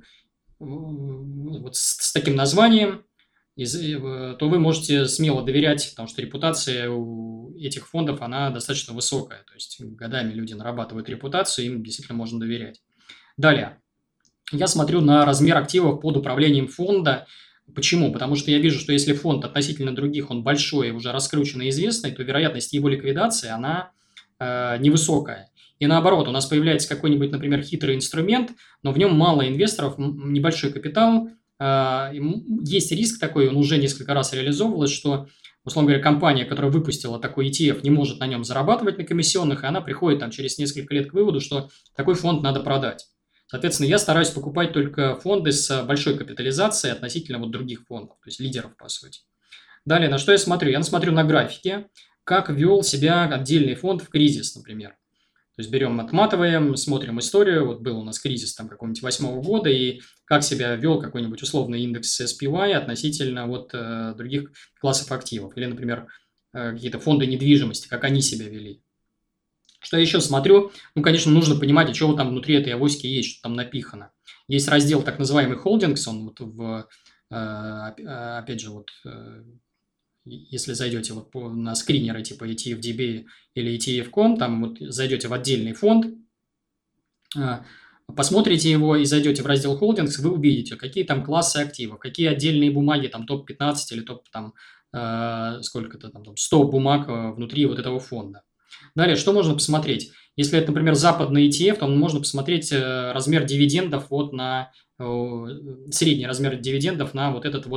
вот с таким названием, то вы можете смело доверять, потому что репутация у этих фондов, она достаточно высокая. То есть годами люди нарабатывают репутацию, им действительно можно доверять. Далее. Я смотрю на размер активов под управлением фонда. Почему? Потому что я вижу, что если фонд относительно других, он большой, уже раскрученный и известный, то вероятность его ликвидации, она невысокая. И наоборот, у нас появляется какой-нибудь, например, хитрый инструмент, но в нем мало инвесторов, небольшой капитал. Есть риск такой, он уже несколько раз реализовывалось, что, условно говоря, компания, которая выпустила такой ETF, не может на нем зарабатывать на комиссионных, и она приходит там через несколько лет к выводу, что такой фонд надо продать. Соответственно, я стараюсь покупать только фонды с большой капитализацией относительно вот других фондов, то есть лидеров, по сути. Далее, на что я смотрю? Я смотрю на графике, как вел себя отдельный фонд в кризис, например. То есть берем, отматываем, смотрим историю. Вот был у нас кризис там какого-нибудь 2008 года, и как себя вел какой-нибудь условный индекс SPY относительно вот других классов активов. Или, например, какие-то фонды недвижимости, как они себя вели. Что я еще смотрю? Ну, конечно, нужно понимать, а что там внутри этой авоськи есть, что там напихано. Есть раздел так называемый холдингс, он вот опять же, вот если зайдете вот на скринеры типа ETFDB или ETF.com, там вот зайдете в отдельный фонд, посмотрите его и зайдете в раздел холдингс, вы увидите, какие там классы активов, какие отдельные бумаги, там топ-15 или топ там сколько-то там 100 бумаг внутри вот этого фонда. Далее, что можно посмотреть? Если это, например, западный ETF, то можно посмотреть размер дивидендов вот на средний размер дивидендов на вот этот вот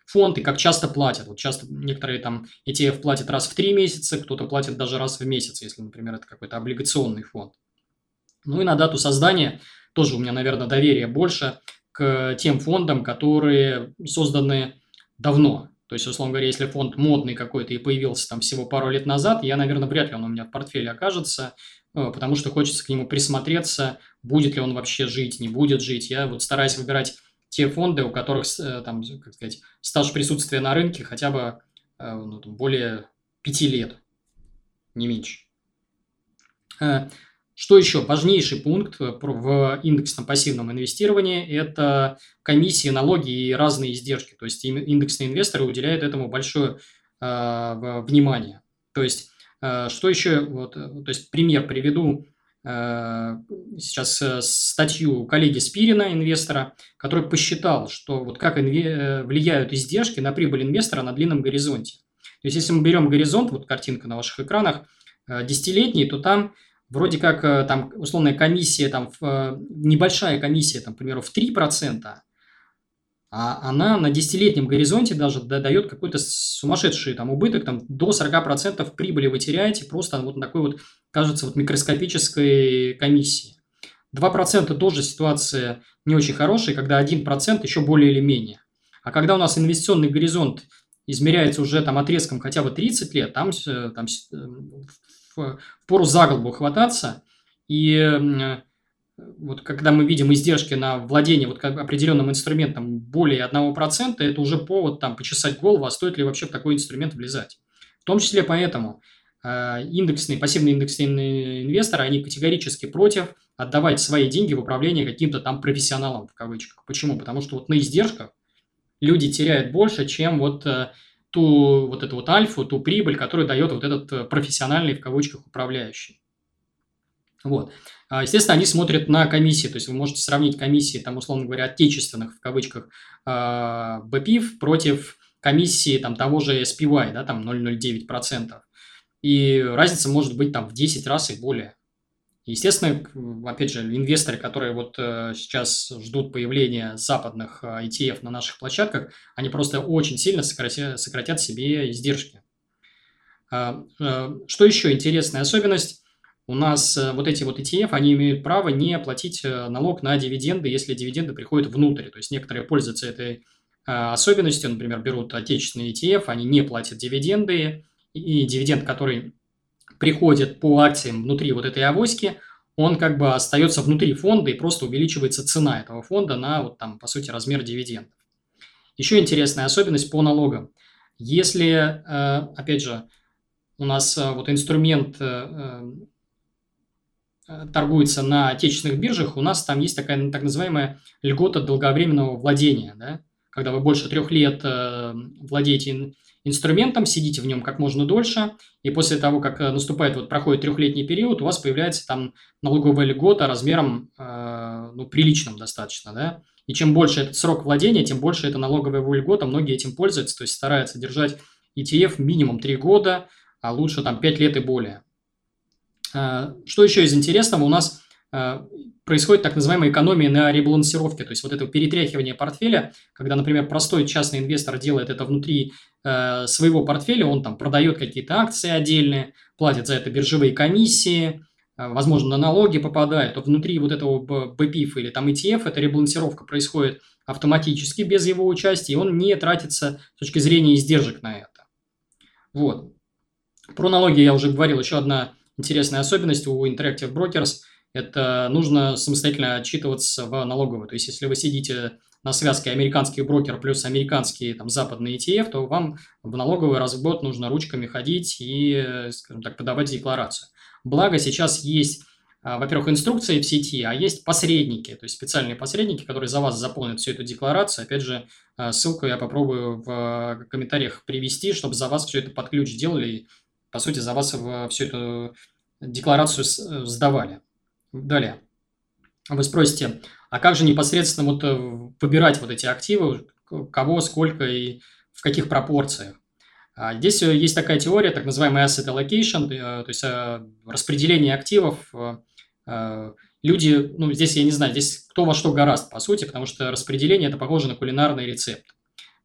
фонд и как часто платят. Вот часто некоторые там ETF платят раз в 3 месяца, кто-то платит даже раз в месяц, если, например, это какой-то облигационный фонд. Ну и на дату создания тоже у меня, наверное, доверие больше к тем фондам, которые созданы давно. То есть, условно говоря, если фонд модный какой-то и появился там всего пару лет назад, я, наверное, вряд ли он у меня в портфеле окажется, потому что хочется к нему присмотреться, будет ли он вообще жить, не будет жить. Я вот стараюсь выбирать те фонды, у которых там, как сказать, стаж присутствия на рынке хотя бы ну, там, более 5 лет, не меньше. Что еще? Важнейший пункт в индексном пассивном инвестировании – это комиссии, налоги и разные издержки. То есть индексные инвесторы уделяют этому большое внимание. То есть что еще? Вот, то есть пример приведу сейчас статью коллеги Спирина, инвестора, который посчитал, что вот как влияют издержки на прибыль инвестора на длинном горизонте. То есть если мы берем горизонт, вот картинка на ваших экранах, десятилетний, то там вроде как там условная комиссия, там небольшая комиссия, там, к примеру, в 3%, а она на десятилетнем горизонте даже дает какой-то сумасшедший там убыток, там до 40% прибыли вы теряете просто вот такой вот, кажется, вот микроскопической комиссии. 2% тоже ситуация не очень хорошая, когда 1% еще более или менее. А когда у нас инвестиционный горизонт измеряется уже там отрезком хотя бы 30 лет, там впору за голову хвататься. И вот когда мы видим издержки на владение вот определенным инструментом более 1%, это уже повод там почесать голову, а стоит ли вообще в такой инструмент влезать. В том числе поэтому пассивные индексные инвесторы, они категорически против отдавать свои деньги в управление каким-то там профессионалом, в кавычках. Почему? Потому что вот на издержках люди теряют больше, чем вот эту вот альфу, ту прибыль, которую дает вот этот профессиональный, в кавычках, управляющий. Вот. Естественно, они смотрят на комиссии, то есть вы можете сравнить комиссии, там, условно говоря, отечественных, в кавычках, БПИФ против комиссии там, того же SPY, да, там 0,09%. И разница может быть там в 10 раз и более. Естественно, опять же, инвесторы, которые вот сейчас ждут появления западных ETF на наших площадках, они просто очень сильно сократят себе издержки. Что еще интересная особенность? У нас вот эти вот ETF, они имеют право не платить налог на дивиденды, если дивиденды приходят внутрь. То есть некоторые пользуются этой особенностью, например, берут отечественный ETF, они не платят дивиденды, и дивиденд, который приходит по акциям внутри вот этой авоськи, он как бы остается внутри фонда и просто увеличивается цена этого фонда на вот там, по сути, размер дивидендов. Еще интересная особенность по налогам. Если, опять же, у нас вот инструмент торгуется на отечественных биржах, у нас там есть такая так называемая льгота долговременного владения, да? Когда вы больше 3 лет владеете инструментом, сидите в нем как можно дольше, и после того, как проходит 3-летний период, у вас появляется там налоговая льгота размером приличным достаточно, да? И чем больше этот срок владения, тем больше эта налоговая льгота, многие этим пользуются, то есть стараются держать ETF минимум 3 года, а лучше там 5 лет и более. Что еще из интересного? У нас происходит так называемая экономия на ребалансировке, то есть вот это перетряхивание портфеля, когда, например, простой частный инвестор делает это внутри своего портфеля, он там продает какие-то акции отдельные, платит за это биржевые комиссии, возможно, на налоги попадает, то внутри вот этого БПИФ или там ETF эта ребалансировка происходит автоматически без его участия, и он не тратится с точки зрения издержек на это. Вот. Про налоги я уже говорил, еще одна интересная особенность у Interactive Brokers – это нужно самостоятельно отчитываться в налоговой. То есть, если вы сидите на связке американский брокер плюс американские там, западные ETF, то вам в налоговый раз в год нужно ручками ходить и, скажем так, подавать декларацию. Благо, сейчас есть, во-первых, инструкции в сети, а есть посредники, то есть специальные посредники, которые за вас заполнят всю эту декларацию. Опять же, ссылку я попробую в комментариях привести, чтобы за вас все это под ключ делали и, по сути, за вас всю эту декларацию сдавали. Далее. Вы спросите, а как же непосредственно вот выбирать вот эти активы, кого, сколько и в каких пропорциях? Здесь есть такая теория, так называемая asset allocation, то есть распределение активов. Люди, здесь я не знаю, здесь кто во что гораст, по сути, потому что распределение – это похоже на кулинарный рецепт.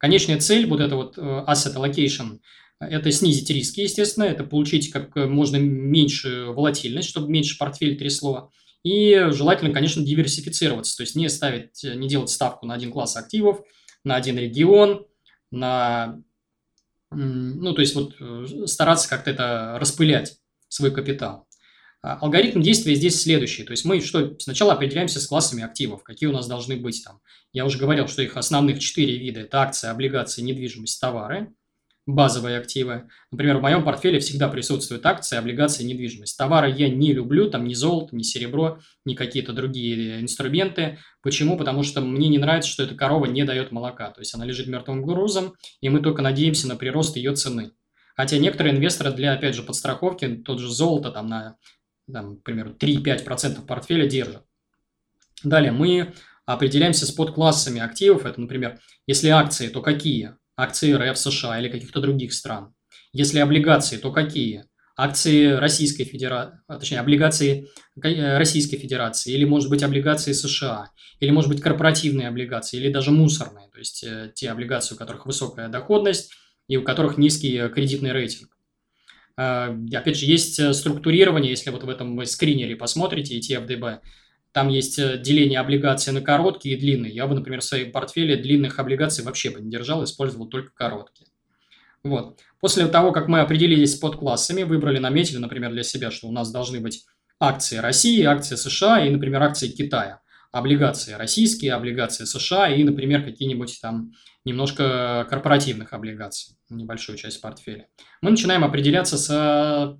Конечная цель, вот это вот asset allocation, это снизить риски, естественно, это получить как можно меньше волатильность, чтобы меньше портфель трясло. И желательно, конечно, диверсифицироваться, то есть не ставить, не делать ставку на один класс активов, на один регион, на, ну, то есть вот стараться как-то это распылять, свой капитал. Алгоритм действия здесь следующий. То есть мы что, сначала определяемся с классами активов, какие у нас должны быть там. Я уже говорил, что их основных 4 вида – это акции, облигации, недвижимость, товары, базовые активы. Например, в моем портфеле всегда присутствуют акции, облигации, недвижимость. Товары я не люблю, там ни золото, ни серебро, ни какие-то другие инструменты. Почему? Потому что мне не нравится, что эта корова не дает молока. То есть она лежит мертвым грузом, и мы только надеемся на прирост ее цены. Хотя некоторые инвесторы для, опять же, подстраховки, тот же золото там на, там, к примеру, 3-5% портфеля держат. Далее мы определяемся с подклассами активов. Это, например, если акции, то какие? Акции РФ, США или каких-то других стран. Если облигации, то какие? Акции Российской Федерации, точнее, облигации Российской Федерации, или, может быть, облигации США, или, может быть, корпоративные облигации, или даже мусорные, то есть те облигации, у которых высокая доходность и у которых низкий кредитный рейтинг. Опять же, есть структурирование, если вот в этом скринере посмотрите, ETF-DB, там есть деление облигаций на короткие и длинные. Я бы, например, в своем портфеле длинных облигаций вообще бы не держал, использовал только короткие. Вот. После того, как мы определились с подклассами, выбрали, наметили, например, для себя, что у нас должны быть акции России, акции США и, например, акции Китая. Облигации российские, облигации США и, например, какие-нибудь там немножко корпоративных облигаций, небольшую часть портфеля. Мы начинаем определяться с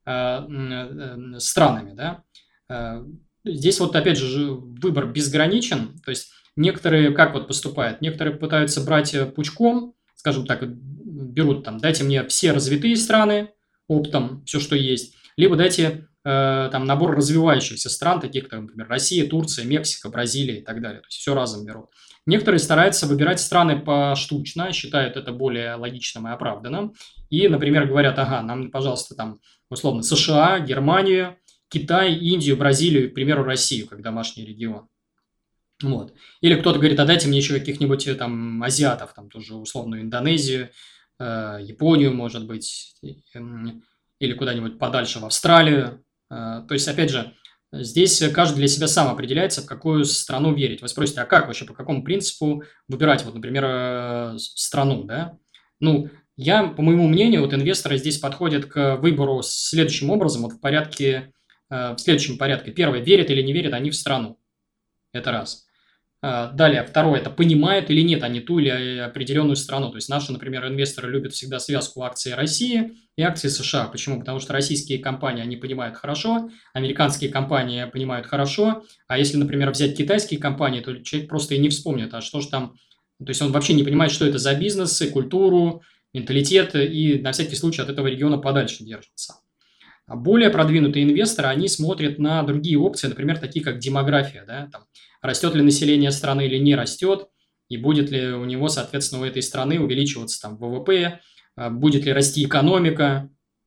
странами, да. Здесь вот опять же выбор безграничен, то есть некоторые как вот поступают, некоторые пытаются брать пучком, скажем так, берут там, дайте мне все развитые страны оптом, все, что есть, либо дайте там набор развивающихся стран, таких как, например, Россия, Турция, Мексика, Бразилия и так далее, то есть все разом берут. Некоторые стараются выбирать страны поштучно, считают это более логичным и оправданным, и, например, говорят, ага, нам, пожалуйста, там, условно, США, Германию, Китай, Индию, Бразилию, к примеру, Россию, как домашний регион. Вот. Или кто-то говорит, а дайте мне еще каких-нибудь там азиатов, там тоже условную Индонезию, Японию, может быть, или куда-нибудь подальше в Австралию. То есть, опять же, здесь каждый для себя сам определяется, в какую страну верить. Вы спросите, а как вообще, по какому принципу выбирать, вот, например, страну, да? Ну, по моему мнению, вот инвесторы здесь подходят к выбору следующим образом, вот в следующем порядке. Первое, верят или не верят они в страну. Это раз. Далее, второе, это понимают или нет они ту или определенную страну. То есть наши, например, инвесторы любят всегда связку акций России и акций США. Почему? Потому что российские компании они понимают хорошо, американские компании понимают хорошо, а если, например, взять китайские компании, то человек просто и не вспомнит, а что же там... То есть он вообще не понимает, что это за бизнесы, культуру, менталитет, и на всякий случай от этого региона подальше держится. А более продвинутые инвесторы, они смотрят на другие опции, например, такие как демография, да, там, растет ли население страны или не растет, и будет ли у него, соответственно, у этой страны увеличиваться там ВВП, будет ли расти экономика,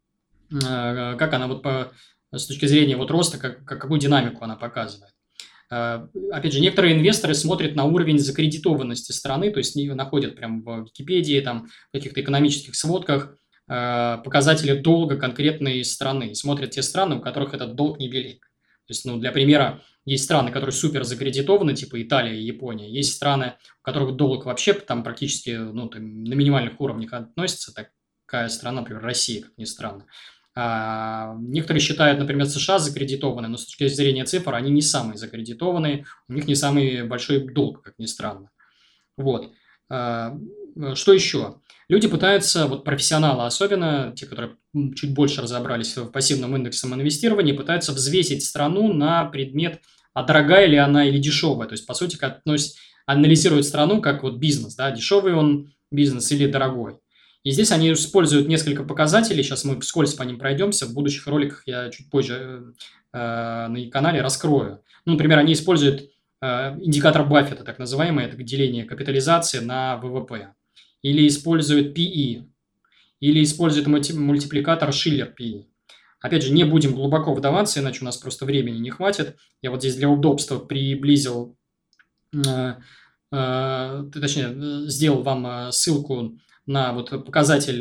как она вот с точки зрения вот роста, какую динамику она показывает. Опять же, некоторые инвесторы смотрят на уровень закредитованности страны, то есть находят прямо в Википедии, там, в каких-то экономических сводках показатели долга конкретной страны. Смотрят те страны, у которых этот долг невелик. То есть, ну, для примера, есть страны, которые супер закредитованы, типа Италия и Япония. Есть страны, у которых долг вообще там практически ну, там, на минимальных уровнях относится. Такая страна, например, Россия, как ни странно. Некоторые считают, например, США закредитованы, но с точки зрения цифр они не самые закредитованные, у них не самый большой долг, как ни странно. Вот. Что еще? Люди пытаются, вот профессионалы особенно, те, которые чуть больше разобрались в пассивном индексом инвестирования, пытаются взвесить страну на предмет, а дорогая ли она или дешевая. То есть, по сути, анализируют страну как вот бизнес, да, дешевый он бизнес или дорогой. И здесь они используют несколько показателей, сейчас мы вскользь по ним пройдемся, в будущих роликах я чуть позже на канале раскрою. Ну, например, они используют индикатор Баффета, так называемый, это деление капитализации на ВВП. Или используют PE, или используют мультипликатор Шиллер-PE. Опять же, не будем глубоко вдаваться, иначе у нас просто времени не хватит. Я вот здесь для удобства приблизил точнее, сделал вам ссылку на вот показатель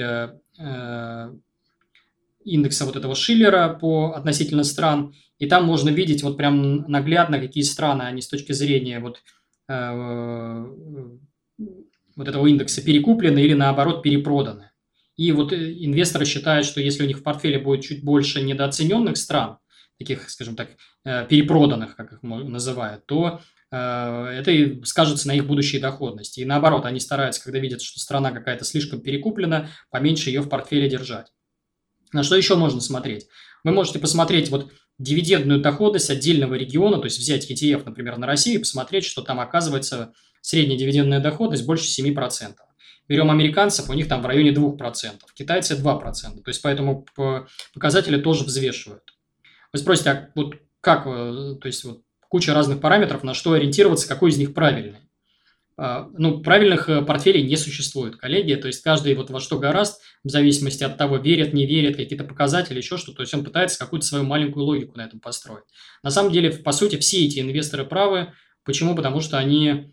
индекса вот этого Шиллера по относительно стран, и там можно видеть вот прям наглядно, какие страны, они с точки зрения э, вот этого индекса перекуплены или наоборот перепроданы. И вот инвесторы считают, что если у них в портфеле будет чуть больше недооцененных стран, таких, скажем так, перепроданных, как их называют, то это и скажется на их будущей доходности. И наоборот, они стараются, когда видят, что страна какая-то слишком перекуплена, поменьше ее в портфеле держать. На что еще можно смотреть? Вы можете посмотреть вот дивидендную доходность отдельного региона, то есть взять ETF, например, на Россию и посмотреть, что там оказывается средняя дивидендная доходность больше 7%. Берем американцев, у них там в районе 2%, китайцы 2%. То есть, поэтому показатели тоже взвешивают. Вы спросите, а вот как, то есть, вот куча разных параметров, на что ориентироваться, какой из них правильный? Ну, правильных портфелей не существует, коллеги. То есть каждый вот во что гораст, в зависимости от того, верит, не верит, какие-то показатели, еще что-то. То есть он пытается какую-то свою маленькую логику на этом построить. На самом деле, по сути, все эти инвесторы правы. Почему? Потому что они,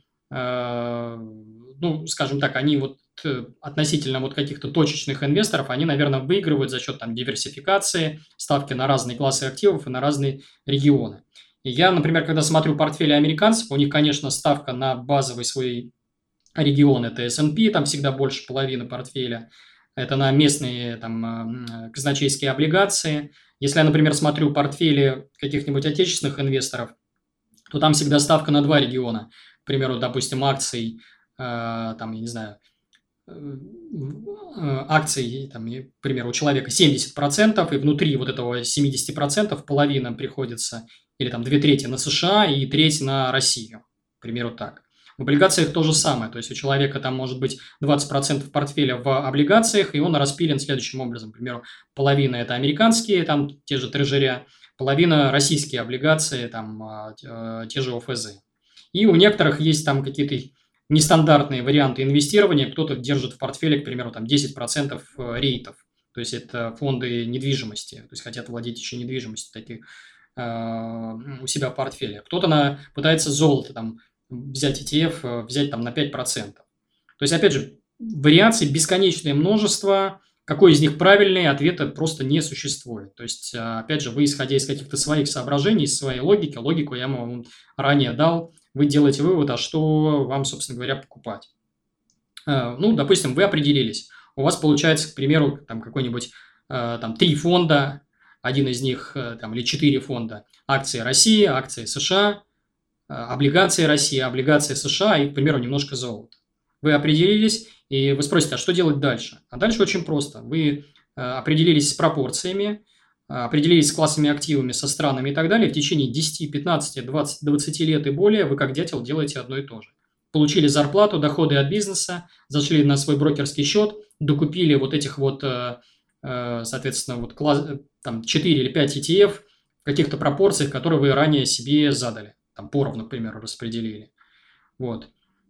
ну, скажем так, они вот относительно вот каких-то точечных инвесторов, они, наверное, выигрывают за счет там диверсификации, ставки на разные классы активов и на разные регионы. И я, например, когда смотрю портфели американцев, у них, конечно, ставка на базовый свой регион – это S&P, там всегда больше половины портфеля. Это на местные там казначейские облигации. Если я, например, смотрю портфели каких-нибудь отечественных инвесторов, то там всегда ставка на два региона. К примеру, допустим, акций, там, я не знаю, акций, там, к примеру, у человека 70%, и внутри вот этого 70% половина приходится, или там 2/3 на США и треть на Россию, к примеру, так. В облигациях то же самое, то есть у человека там может быть 20% портфеля в облигациях, и он распилен следующим образом. К примеру, половина – это американские, там те же трежеря, половина – российские облигации, там те же ОФЗ. И у некоторых есть там какие-то нестандартные варианты инвестирования. Кто-то держит в портфеле, к примеру, там 10% рейтов. То есть это фонды недвижимости, то есть хотят владеть еще недвижимостью таких у себя в портфеле. Кто-то пытается золото там взять ETF, взять там на 5%. То есть, опять же, вариаций бесконечное множество. Какой из них правильный, ответа просто не существует. То есть, опять же, вы, исходя из каких-то своих соображений, из своей логики, логику я вам ранее дал, вы делаете вывод, а что вам, собственно говоря, покупать. Ну, допустим, вы определились. У вас получается, к примеру, там какой-нибудь там 3 фонда, один из них там, или 4 фонда. Акции России, акции США, облигации России, облигации США и, к примеру, немножко золота. Вы определились, и вы спросите, а что делать дальше? А дальше очень просто. Вы определились с пропорциями, определились с классами активами, со странами и так далее. В течение 10, 15, 20, 20 лет и более вы как дятел делаете одно и то же. Получили зарплату, доходы от бизнеса, зашли на свой брокерский счет, докупили вот этих вот, соответственно, вот там 4 или 5 ETF в каких-то пропорциях, которые вы ранее себе задали. Там поровну, к примеру, распределили. Вот.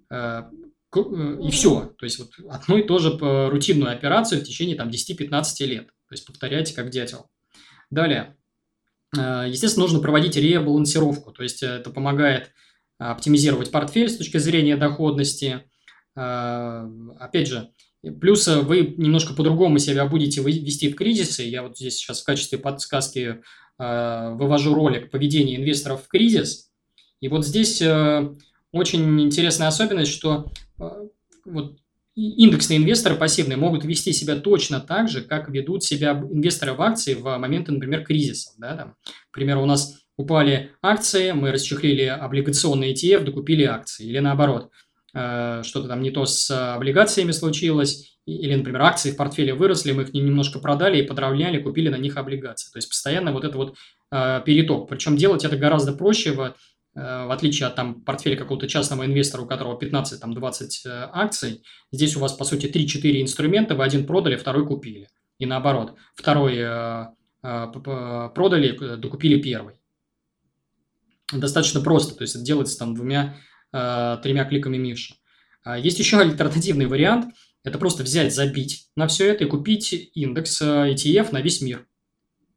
И все. То есть, вот одну и ту же рутинную операцию в течение там 10-15 лет. То есть, повторяйте как дятел. Далее. Естественно, нужно проводить ребалансировку. То есть, это помогает оптимизировать портфель с точки зрения доходности. Опять же, плюс вы немножко по-другому себя будете вести в кризисы. Я вот здесь сейчас в качестве подсказки вывожу ролик «Поведение инвесторов в кризис». И вот здесь очень интересная особенность, что вот индексные инвесторы пассивные могут вести себя точно так же, как ведут себя инвесторы в акции в моменты, например, кризисов. Да, там, к примеру, у нас упали акции, мы расчехлили облигационный ETF, докупили акции. Или наоборот, что-то там не то с облигациями случилось, или, например, акции в портфеле выросли, мы их немножко продали и подравняли, купили на них облигации. То есть, постоянно вот это вот переток. Причем делать это гораздо проще в отличие от там, портфеля какого-то частного инвестора, у которого 15-20 акций. Здесь у вас, по сути, 3-4 инструмента, вы один продали, второй купили. И наоборот, второй продали, докупили первый. Достаточно просто, то есть это делается там 2-3 кликами мыши. Есть еще альтернативный вариант, это просто взять, забить на все это и купить индекс ETF на весь мир.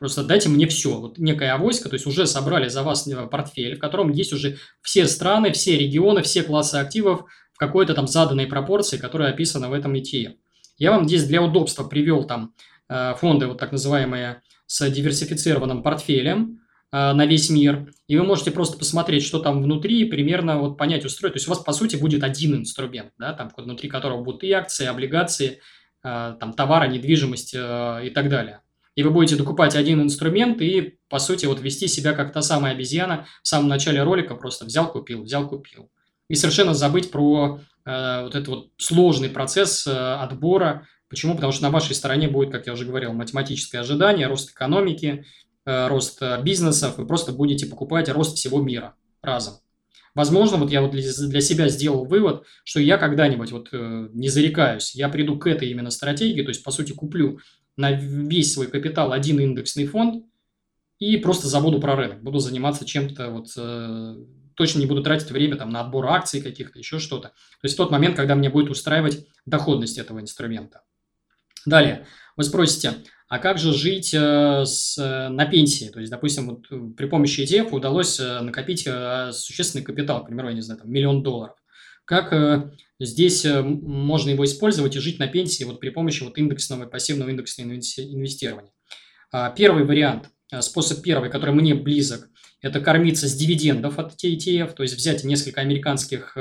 Просто дайте мне все. Вот некая авоська, то есть уже собрали за вас портфель, в котором есть уже все страны, все регионы, все классы активов в какой-то там заданной пропорции, которая описана в этом ETF. Я вам здесь для удобства привел там фонды, вот так называемые, с диверсифицированным портфелем на весь мир. И вы можете просто посмотреть, что там внутри, и примерно вот понять, устроить. То есть у вас, по сути, будет один инструмент, да, там, внутри которого будут и акции, и облигации, там, товары, недвижимость и так далее. И вы будете докупать один инструмент и, по сути, вот вести себя как та самая обезьяна в самом начале ролика, просто взял, купил, взял, купил. И совершенно забыть про вот этот вот сложный процесс отбора. Почему? Потому что на вашей стороне будет, как я уже говорил, математическое ожидание, рост экономики, рост бизнесов, вы просто будете покупать рост всего мира разом. Возможно, вот я вот для себя сделал вывод, что я когда-нибудь, вот не зарекаюсь, я приду к этой именно стратегии, то есть, по сути, куплю на весь свой капитал один индексный фонд и просто забуду про рынок. Буду заниматься чем-то, вот точно не буду тратить время там на отбор акций каких-то, еще что-то. То есть, в тот момент, когда мне будет устраивать доходность этого инструмента. Далее, вы спросите, а как же жить на пенсии? То есть, допустим, вот при помощи ETF удалось накопить существенный капитал, к примеру, я не знаю, там, $1 000 000. Как здесь можно его использовать и жить на пенсии вот при помощи вот индексного и пассивного индексного инвестирования? Первый вариант, способ первый, который мне близок, это кормиться с дивидендов от ETF, то есть взять несколько американских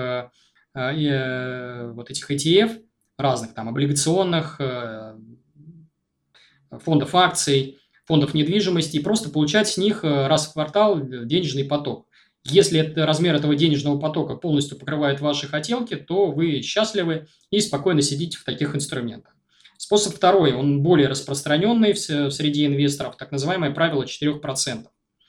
вот этих ETF, разных там облигационных, фондов акций, фондов недвижимости, и просто получать с них раз в квартал денежный поток. Если размер этого денежного потока полностью покрывает ваши хотелки, то вы счастливы и спокойно сидите в таких инструментах. Способ второй, он более распространенный среди инвесторов, так называемое правило 4%.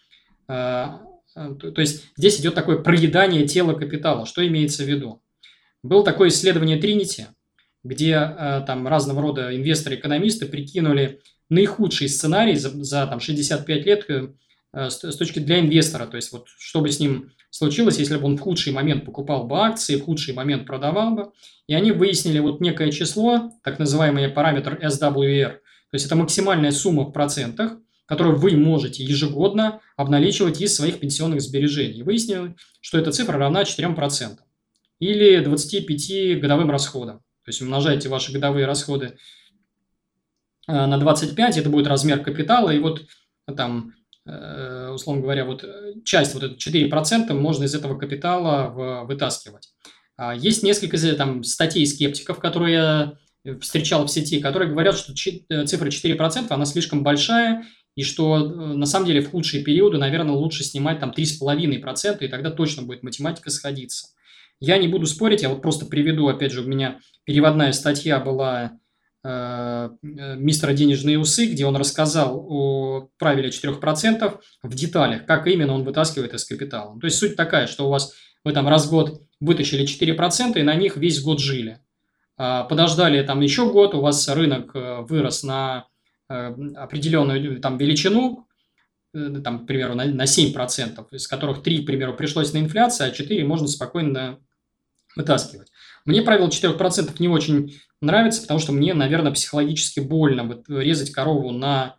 То есть здесь идет такое проедание тела капитала. Что имеется в виду? Было такое исследование Trinity, где там разного рода инвесторы-экономисты прикинули наихудший сценарий за там, 65 лет с точки для инвестора. То есть, вот, что бы с ним случилось, если бы он в худший момент покупал бы акции, в худший момент продавал бы. И они выяснили вот некое число, так называемый параметр SWR. То есть, это максимальная сумма в процентах, которую вы можете ежегодно обналичивать из своих пенсионных сбережений. И выяснили, что эта цифра равна 4% или 25 годовым расходам. То есть, умножаете ваши годовые расходы на 25, это будет размер капитала, и вот там, условно говоря, вот часть, вот это 4% можно из этого капитала вытаскивать. Есть несколько там статей скептиков, которые я встречал в сети, которые говорят, что цифра 4% она слишком большая, и что на самом деле в худшие периоды, наверное, лучше снимать там 3,5%, и тогда точно будет математика сходиться. Я не буду спорить, я вот просто приведу, опять же, у меня переводная статья была «Мистера денежные усы», где он рассказал о правиле 4% в деталях, как именно он вытаскивает из капитала. То есть суть такая, что у вас вы там раз в год вытащили 4% и на них весь год жили. Подождали там еще год, у вас рынок вырос на определенную там величину, там, к примеру, на 7%, из которых 3, к примеру, пришлось на инфляцию, а 4 можно спокойно вытаскивать. Мне правило 4% не очень нравится, потому что мне, наверное, психологически больно резать корову на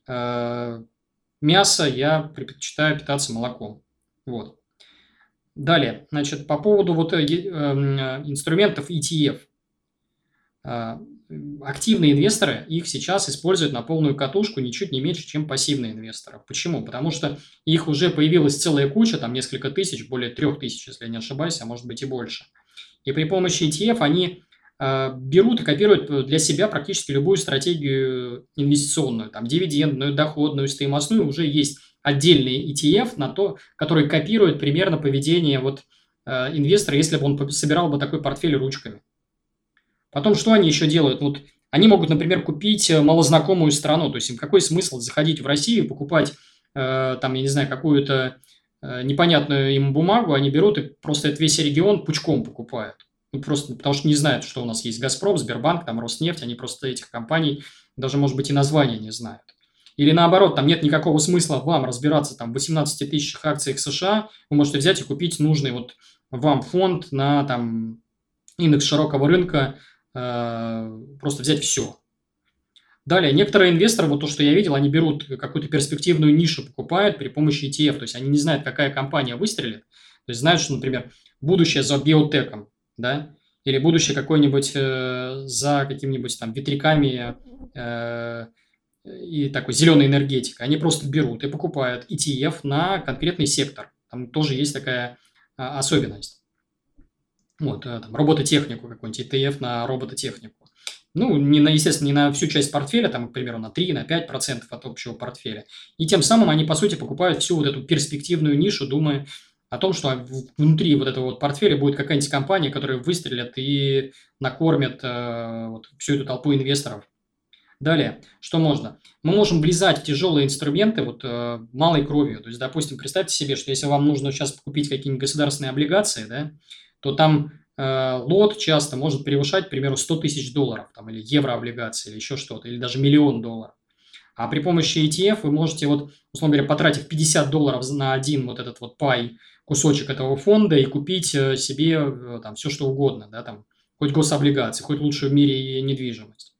мясо, я предпочитаю питаться молоком. Вот. Далее, значит, по поводу вот инструментов ETF. Активные инвесторы их сейчас используют на полную катушку ничуть не меньше, чем пассивные инвесторы. Почему? Потому что их уже появилась целая куча, там несколько тысяч, более 3000, если я не ошибаюсь, а может быть и больше. И при помощи ETF они берут и копируют для себя практически любую стратегию инвестиционную, там дивидендную, доходную, стоимостную, уже есть отдельный ETF на то, который копирует примерно поведение вот инвестора, если бы он собирал бы такой портфель ручками. Потом, что они еще делают? Вот они могут, например, купить малознакомую страну. То есть, им какой смысл заходить в Россию и покупать, там, я не знаю, какую-то непонятную им бумагу. Они берут и просто этот весь регион пучком покупают. Ну, просто потому что не знают, что у нас есть «Газпром», «Сбербанк», там, «Роснефть». Они просто этих компаний даже, может быть, и названия не знают. Или наоборот, там нет никакого смысла вам разбираться там, в 18 тысячах акциях США. Вы можете взять и купить нужный вот вам фонд на там, индекс широкого рынка, просто взять все. Далее, некоторые инвесторы, вот то, что я видел, они берут какую-то перспективную нишу, покупают при помощи ETF, то есть они не знают, какая компания выстрелит, то есть знают, что, например, будущее за биотеком, да, или будущее какое-нибудь за какими-нибудь там ветряками э, и такой зеленой энергетикой. Они просто берут и покупают ETF на конкретный сектор. Там тоже есть такая особенность. Вот, там, робототехнику какой-нибудь, ETF на робототехнику. Ну, естественно, не на всю часть портфеля, там, к примеру, на 3, на 5% от общего портфеля. И тем самым они, по сути, покупают всю вот эту перспективную нишу, думая о том, что внутри вот этого вот портфеля будет какая-нибудь компания, которая выстрелит и накормит вот всю эту толпу инвесторов. Далее, что можно? Мы можем влезать в тяжелые инструменты вот, малой кровью. То есть, допустим, представьте себе, что если вам нужно сейчас купить какие-нибудь государственные облигации, да, то там лот часто может превышать, к примеру, 100 тысяч долларов, там, или еврооблигации, или еще что-то, или даже миллион долларов. А при помощи ETF вы можете, вот, условно говоря, потратив 50 долларов на один вот этот вот пай, кусочек этого фонда и купить себе там все, что угодно, да, там, хоть гособлигации, хоть лучшую в мире недвижимость.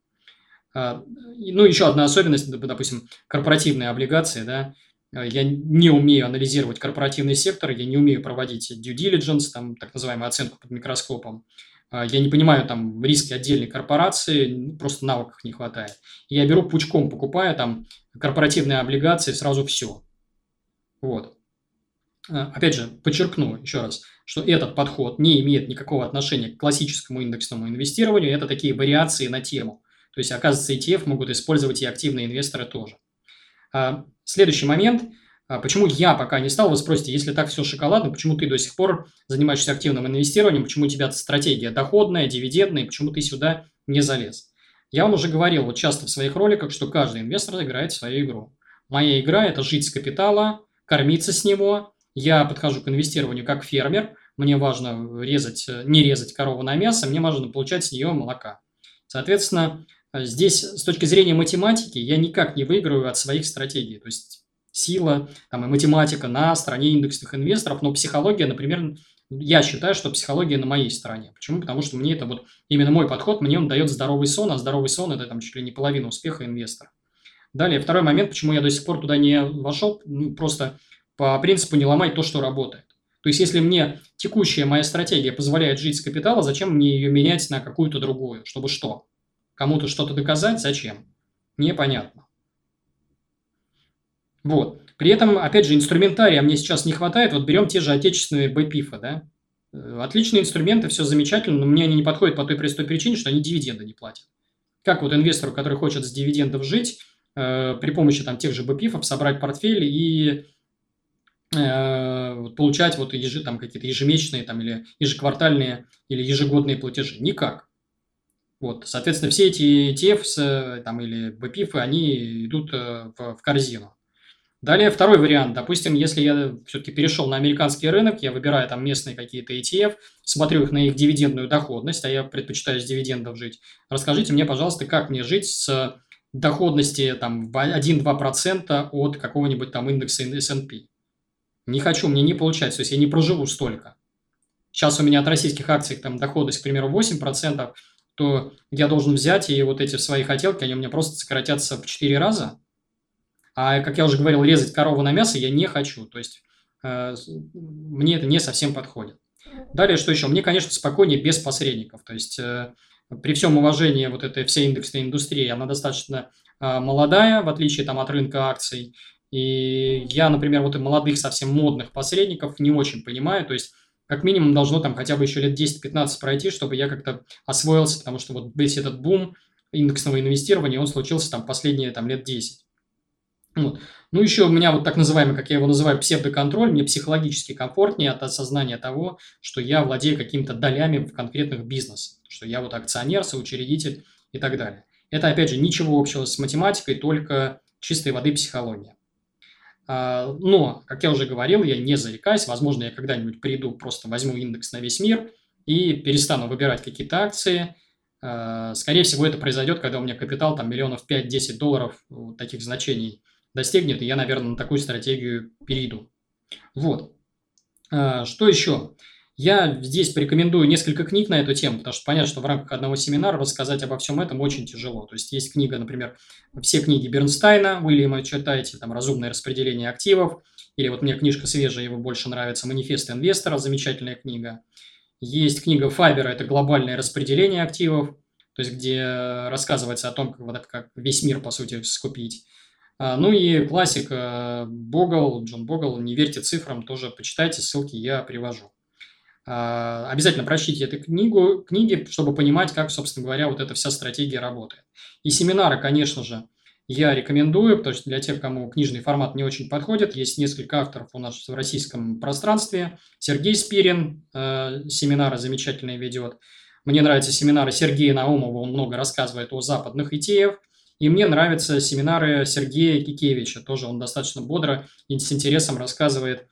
Ну, еще одна особенность, допустим, корпоративные облигации, да. Я не умею анализировать корпоративный сектор, я не умею проводить due diligence, там, так называемую оценку под микроскопом. Я не понимаю там риски отдельной корпорации, просто навыков не хватает. Я беру пучком, покупаю там корпоративные облигации, сразу все. Вот. Опять же, подчеркну еще раз, что этот подход не имеет никакого отношения к классическому индексному инвестированию, это такие вариации на тему. То есть, оказывается, ETF могут использовать и активные инвесторы тоже. Следующий момент. Почему я пока не стал? Вы спросите, если так все шоколадно, почему ты до сих пор занимаешься активным инвестированием, почему у тебя стратегия доходная, дивидендная, почему ты сюда не залез? Я вам уже говорил вот часто в своих роликах, что каждый инвестор играет в свою игру. Моя игра – это жить с капитала, кормиться с него. Я подхожу к инвестированию как фермер. Мне важно не резать корову на мясо, мне важно получать с нее молока. Соответственно, здесь с точки зрения математики я никак не выиграю от своих стратегий. То есть сила там, и математика на стороне индексных инвесторов, но психология, например, я считаю, что психология на моей стороне. Почему? Потому что мне это вот именно мой подход, мне он дает здоровый сон, а здоровый сон – это там чуть ли не половина успеха инвестора. Далее, второй момент, почему я до сих пор туда не вошел, ну, просто по принципу не ломать то, что работает. То есть, если мне текущая моя стратегия позволяет жить с капитала, зачем мне ее менять на какую-то другую? Чтобы что? Кому-то что-то доказать? Зачем? Непонятно. Вот. При этом, опять же, инструментария мне сейчас не хватает. Вот берем те же отечественные БПИФы, да? Отличные инструменты, все замечательно, но мне они не подходят по той простой причине, что они дивиденды не платят. Как вот инвестору, который хочет с дивидендов жить, при помощи там тех же БПИФов собрать портфель и получать вот там какие-то ежемесячные там, или ежеквартальные или ежегодные платежи? Никак. Вот, соответственно, все эти ETF там, или БПИФы, они идут в корзину. Далее второй вариант. Допустим, если я все-таки перешел на американский рынок, я выбираю там местные какие-то ETF, смотрю их на их дивидендную доходность, а я предпочитаю с дивидендов жить. Расскажите мне, пожалуйста, как мне жить с доходности там в 1-2% от какого-нибудь там индекса S&P. Не хочу, мне не получается, то есть я не проживу столько. Сейчас у меня от российских акций там доходность, к примеру, 8%, то я должен взять и вот эти свои хотелки, они у меня просто сократятся в 4 раза. А, как я уже говорил, резать корову на мясо я не хочу. То есть, мне это не совсем подходит. Далее, что еще? Мне, конечно, спокойнее без посредников. То есть, при всем уважении вот этой всей индексной индустрии, она достаточно молодая, в отличие там от рынка акций. И я, например, вот и молодых, совсем модных посредников не очень понимаю. То есть, как минимум, должно там хотя бы еще лет 10-15 пройти, чтобы я как-то освоился, потому что вот весь этот бум индексного инвестирования, он случился там последние там, лет 10. Вот. Ну, еще у меня вот так называемый, как я его называю, псевдоконтроль. Мне психологически комфортнее от осознания того, что я владею какими-то долями в конкретных бизнесах, что я вот акционер, соучредитель и так далее. Это, опять же, ничего общего с математикой, только чистой воды психология. Но, как я уже говорил, я не зарекаюсь. Возможно, я когда-нибудь приду, просто возьму индекс на весь мир и перестану выбирать какие-то акции. Скорее всего, это произойдет, когда у меня капитал там миллионов 5-10 долларов, вот таких значений достигнет, и я, наверное, на такую стратегию перейду. Вот. Что еще? Я здесь порекомендую несколько книг на эту тему, потому что понятно, что в рамках одного семинара рассказать обо всем этом очень тяжело. То есть есть книга, например, все книги Бернстайна, Уильяма читайте, там «Разумное распределение активов», или вот мне книжка свежая, его больше нравится, «Манифест инвестора», замечательная книга. Есть книга Фабера, это «Глобальное распределение активов», то есть где рассказывается о том, как весь мир, по сути, скупить. Ну и классик Джон Богл «Не верьте цифрам», тоже почитайте, ссылки я привожу. Обязательно прочтите эту книги, чтобы понимать, как, собственно говоря, вот эта вся стратегия работает. И семинары, конечно же, я рекомендую, потому что для тех, кому книжный формат не очень подходит, есть несколько авторов у нас в российском пространстве. Сергей Спирин семинары замечательные ведет. Мне нравятся семинары Сергея Наумова, он много рассказывает о западных ETF. И мне нравятся семинары Сергея Кикевича, тоже он достаточно бодро и с интересом рассказывает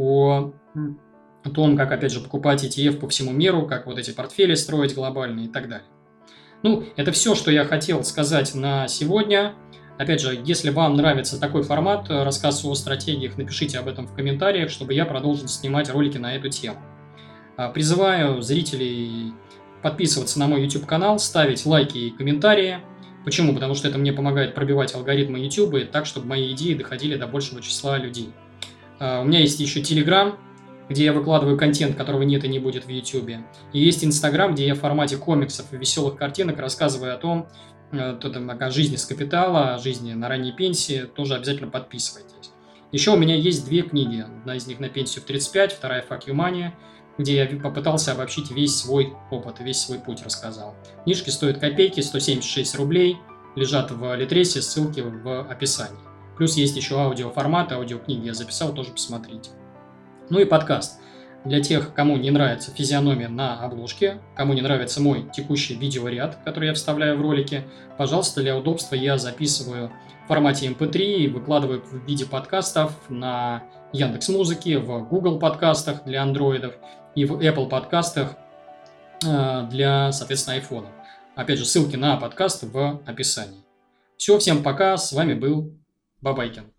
о том, как, опять же, покупать ETF по всему миру, как вот эти портфели строить глобальные и так далее. Ну, это все, что я хотел сказать на сегодня. Опять же, если вам нравится такой формат, рассказ о стратегиях, напишите об этом в комментариях, чтобы я продолжил снимать ролики на эту тему. Призываю зрителей подписываться на мой YouTube-канал, ставить лайки и комментарии. Почему? Потому что это мне помогает пробивать алгоритмы YouTube так, чтобы мои идеи доходили до большего числа людей. У меня есть еще Telegram, где я выкладываю контент, которого нет и не будет в YouTube. И есть Instagram, где я в формате комиксов и веселых картинок рассказываю о том, о жизни с капитала, о жизни на ранней пенсии. Тоже обязательно подписывайтесь. Еще у меня есть две книги. Одна из них «На пенсию в 35», вторая «Fuck you money», где я попытался обобщить весь свой опыт, весь свой путь рассказал. Книжки стоят копейки, 176 рублей, лежат в Литресе, ссылки в описании. Плюс есть еще аудиоформат, аудиокниги я записал, тоже посмотрите. Ну и подкаст. Для тех, кому не нравится физиономия на обложке, кому не нравится мой текущий видеоряд, который я вставляю в ролики, пожалуйста, для удобства я записываю в формате MP3 и выкладываю в виде подкастов на Яндекс.Музыке, в Google подкастах для андроидов и в Apple подкастах для, соответственно, айфонов. Опять же, ссылки на подкаст в описании. Все, всем пока, с вами был Бабайкин.